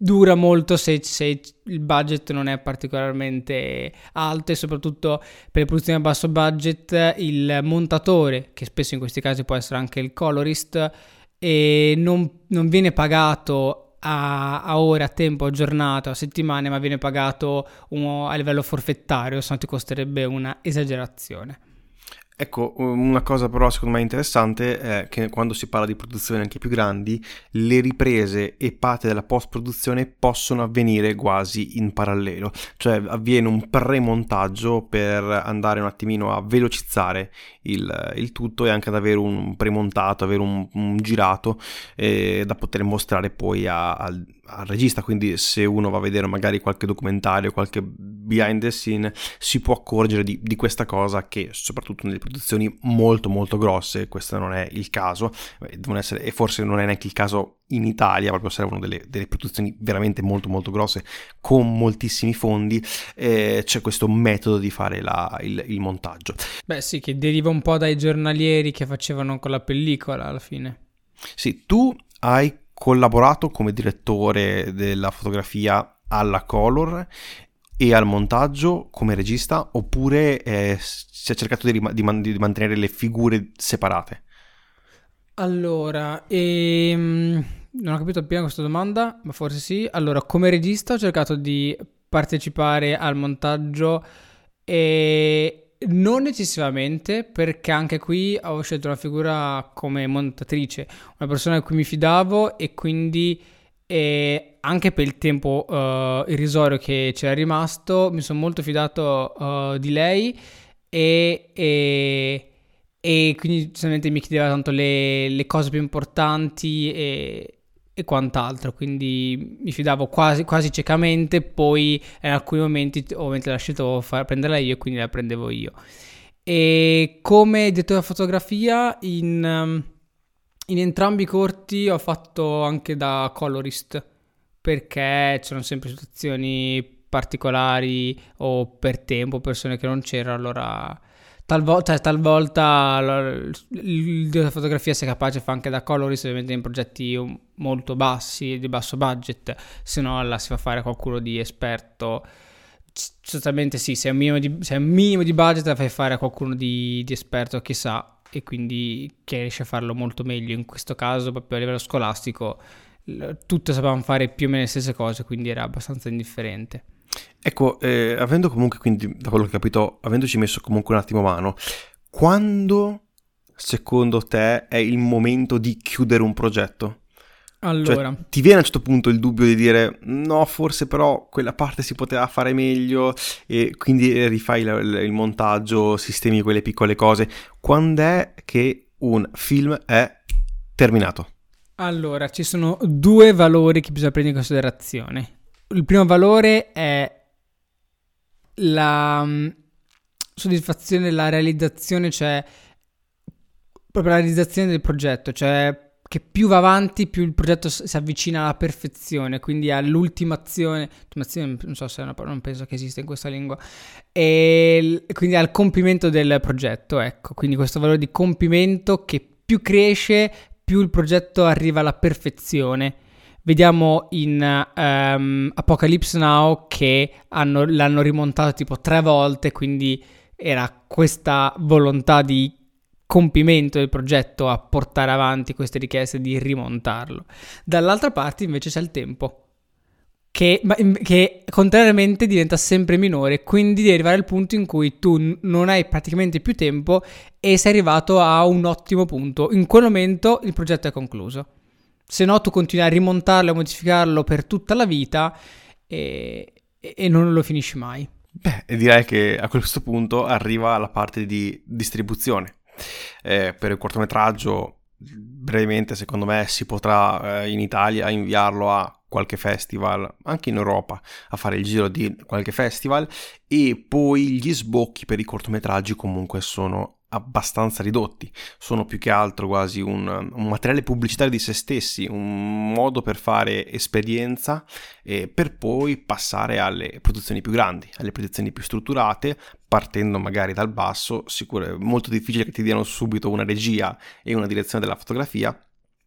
dura molto se, se il budget non è particolarmente alto, e soprattutto per le produzioni a basso budget il montatore, che spesso in questi casi può essere anche il colorist, e non, non viene pagato a, a ore, a tempo, a giornata, a settimane, ma viene pagato un, a livello forfettario, se no ti costerebbe una esagerazione. Ecco, una cosa però secondo me interessante è che quando si parla di produzioni anche più grandi, le riprese e parte della post-produzione possono avvenire quasi in parallelo, cioè avviene un pre-montaggio per andare un attimino a velocizzare il, il tutto, e anche ad avere un premontato, avere un, un girato eh, da poter mostrare poi a, al, al regista. Quindi se uno va a vedere magari qualche documentario, qualche behind the scene, si può accorgere di, di questa cosa, che soprattutto nelle produzioni molto molto grosse questo non è il caso, devono essere, e forse non è neanche il caso in Italia, proprio servono delle, delle produzioni veramente molto molto grosse con moltissimi fondi, eh, c'è questo metodo di fare la, il, il montaggio. Beh sì, che deriva un po' dai giornalieri che facevano con la pellicola alla fine. Sì, tu hai collaborato come direttore della fotografia alla color e al montaggio come regista, oppure eh, si è cercato di, rim- di, man- di mantenere le figure separate? Allora, ehm, non ho capito appieno questa domanda, ma forse sì. Allora, come regista ho cercato di partecipare al montaggio, e non eccessivamente, perché anche qui ho scelto una figura come montatrice, una persona di cui mi fidavo, e quindi e anche per il tempo uh, irrisorio che c'era rimasto mi sono molto fidato uh, di lei, e, e, e quindi giustamente mi chiedeva tanto le, le cose più importanti e, e quant'altro, quindi mi fidavo quasi, quasi ciecamente. Poi in alcuni momenti ovviamente la scelta dovevo far prenderla io, quindi la prendevo io. E come direttore di fotografia in... Um, In entrambi i corti ho fatto anche da colorist, perché c'erano sempre situazioni particolari o per tempo, persone che non c'erano, allora talvolta, talvolta il direttore di fotografia, se è capace, fa anche da colorist, ovviamente in progetti molto bassi, di basso budget, se no la si fa fare a qualcuno di esperto. Sostanzialmente sì, se è un minimo di, se è un minimo di budget la fai fare a qualcuno di, di esperto, chissà, e quindi che riesce a farlo molto meglio. In questo caso proprio a livello scolastico tutte sapevano fare più o meno le stesse cose, quindi era abbastanza indifferente. Ecco, eh, avendo comunque, quindi da quello che ho capito, avendoci messo comunque un attimo mano, quando secondo te è il momento di chiudere un progetto? Allora, cioè, ti viene a un certo punto il dubbio di dire no, forse però quella parte si poteva fare meglio, e quindi rifai il, il montaggio, sistemi quelle piccole cose. Quando è che un film è terminato? Allora, ci sono due valori che bisogna prendere in considerazione. Il primo valore è la soddisfazione, la realizzazione, cioè proprio la realizzazione del progetto, cioè che più va avanti più il progetto si avvicina alla perfezione, quindi all'ultimazione, ultimazione, non so se è una parola, non penso che esista in questa lingua, e quindi al compimento del progetto, ecco, quindi questo valore di compimento che più cresce, più il progetto arriva alla perfezione. Vediamo in um, Apocalypse Now che hanno, l'hanno rimontato tipo tre volte, quindi era questa volontà di compimento del progetto a portare avanti queste richieste di rimontarlo. Dall'altra parte invece c'è il tempo, che, che contrariamente diventa sempre minore, quindi devi arrivare al punto in cui tu non hai praticamente più tempo e sei arrivato a un ottimo punto. In quel momento il progetto è concluso, se no tu continui a rimontarlo e modificarlo per tutta la vita e, e non lo finisci mai. Beh, direi che a questo punto arriva la parte di distribuzione. Eh, per il cortometraggio, brevemente, secondo me si potrà eh, in Italia inviarlo a qualche festival, anche in Europa, a fare il giro di qualche festival, e poi gli sbocchi per i cortometraggi comunque sono abbastanza ridotti, sono più che altro quasi un, un materiale pubblicitario di se stessi, un modo per fare esperienza e per poi passare alle produzioni più grandi, alle produzioni più strutturate, partendo magari dal basso. Sicuro è molto difficile che ti diano subito una regia e una direzione della fotografia,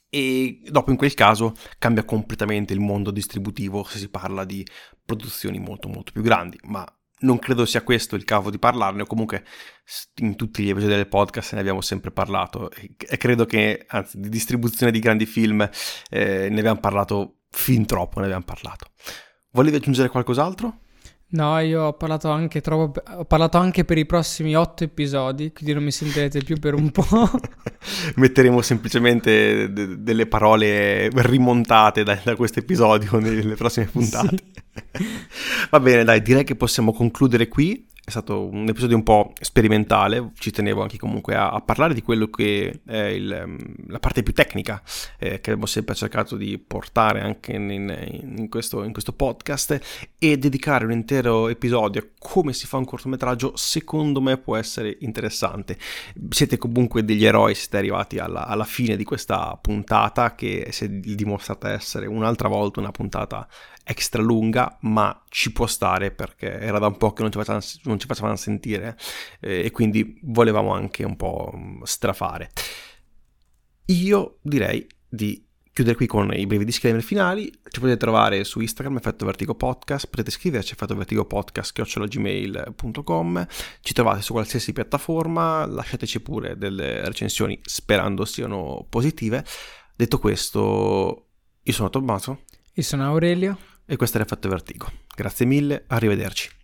e dopo in quel caso cambia completamente il mondo distributivo se si parla di produzioni molto molto più grandi, ma non credo sia questo il caso di parlarne, o comunque in tutti gli episodi del podcast ne abbiamo sempre parlato e credo che, anzi, di distribuzione di grandi film eh, ne abbiamo parlato fin troppo, ne abbiamo parlato. Volevi aggiungere qualcos'altro? No, io ho parlato anche troppo, ho parlato anche per i prossimi otto episodi, quindi non mi sentirete più per un po'. Metteremo semplicemente de- delle parole rimontate da, da questo episodio nelle prossime puntate. Sì. Va bene, dai, direi che possiamo concludere qui. È stato un episodio un po' sperimentale, ci tenevo anche comunque a, a parlare di quello che è il, la parte più tecnica eh, che abbiamo sempre cercato di portare anche in, in, questo, in questo podcast, e dedicare un intero episodio a come si fa un cortometraggio secondo me può essere interessante. Siete comunque degli eroi, siete arrivati alla, alla fine di questa puntata che si è dimostrata essere un'altra volta una puntata extra lunga, ma ci può stare perché era da un po' che non ci facevano, non ci facevano sentire eh, e quindi volevamo anche un po' strafare. Io direi di chiudere qui con i brevi disclaimer finali. Ci potete trovare su Instagram Effetto Vertigo Podcast, potete scriverci effettovertigopodcast chiocciola gmail punto com, ci trovate su qualsiasi piattaforma, lasciateci pure delle recensioni sperando siano positive. Detto questo, io sono Tommaso. Io sono Aurelio. E questo è l'Effetto Vertigo. Grazie mille, arrivederci.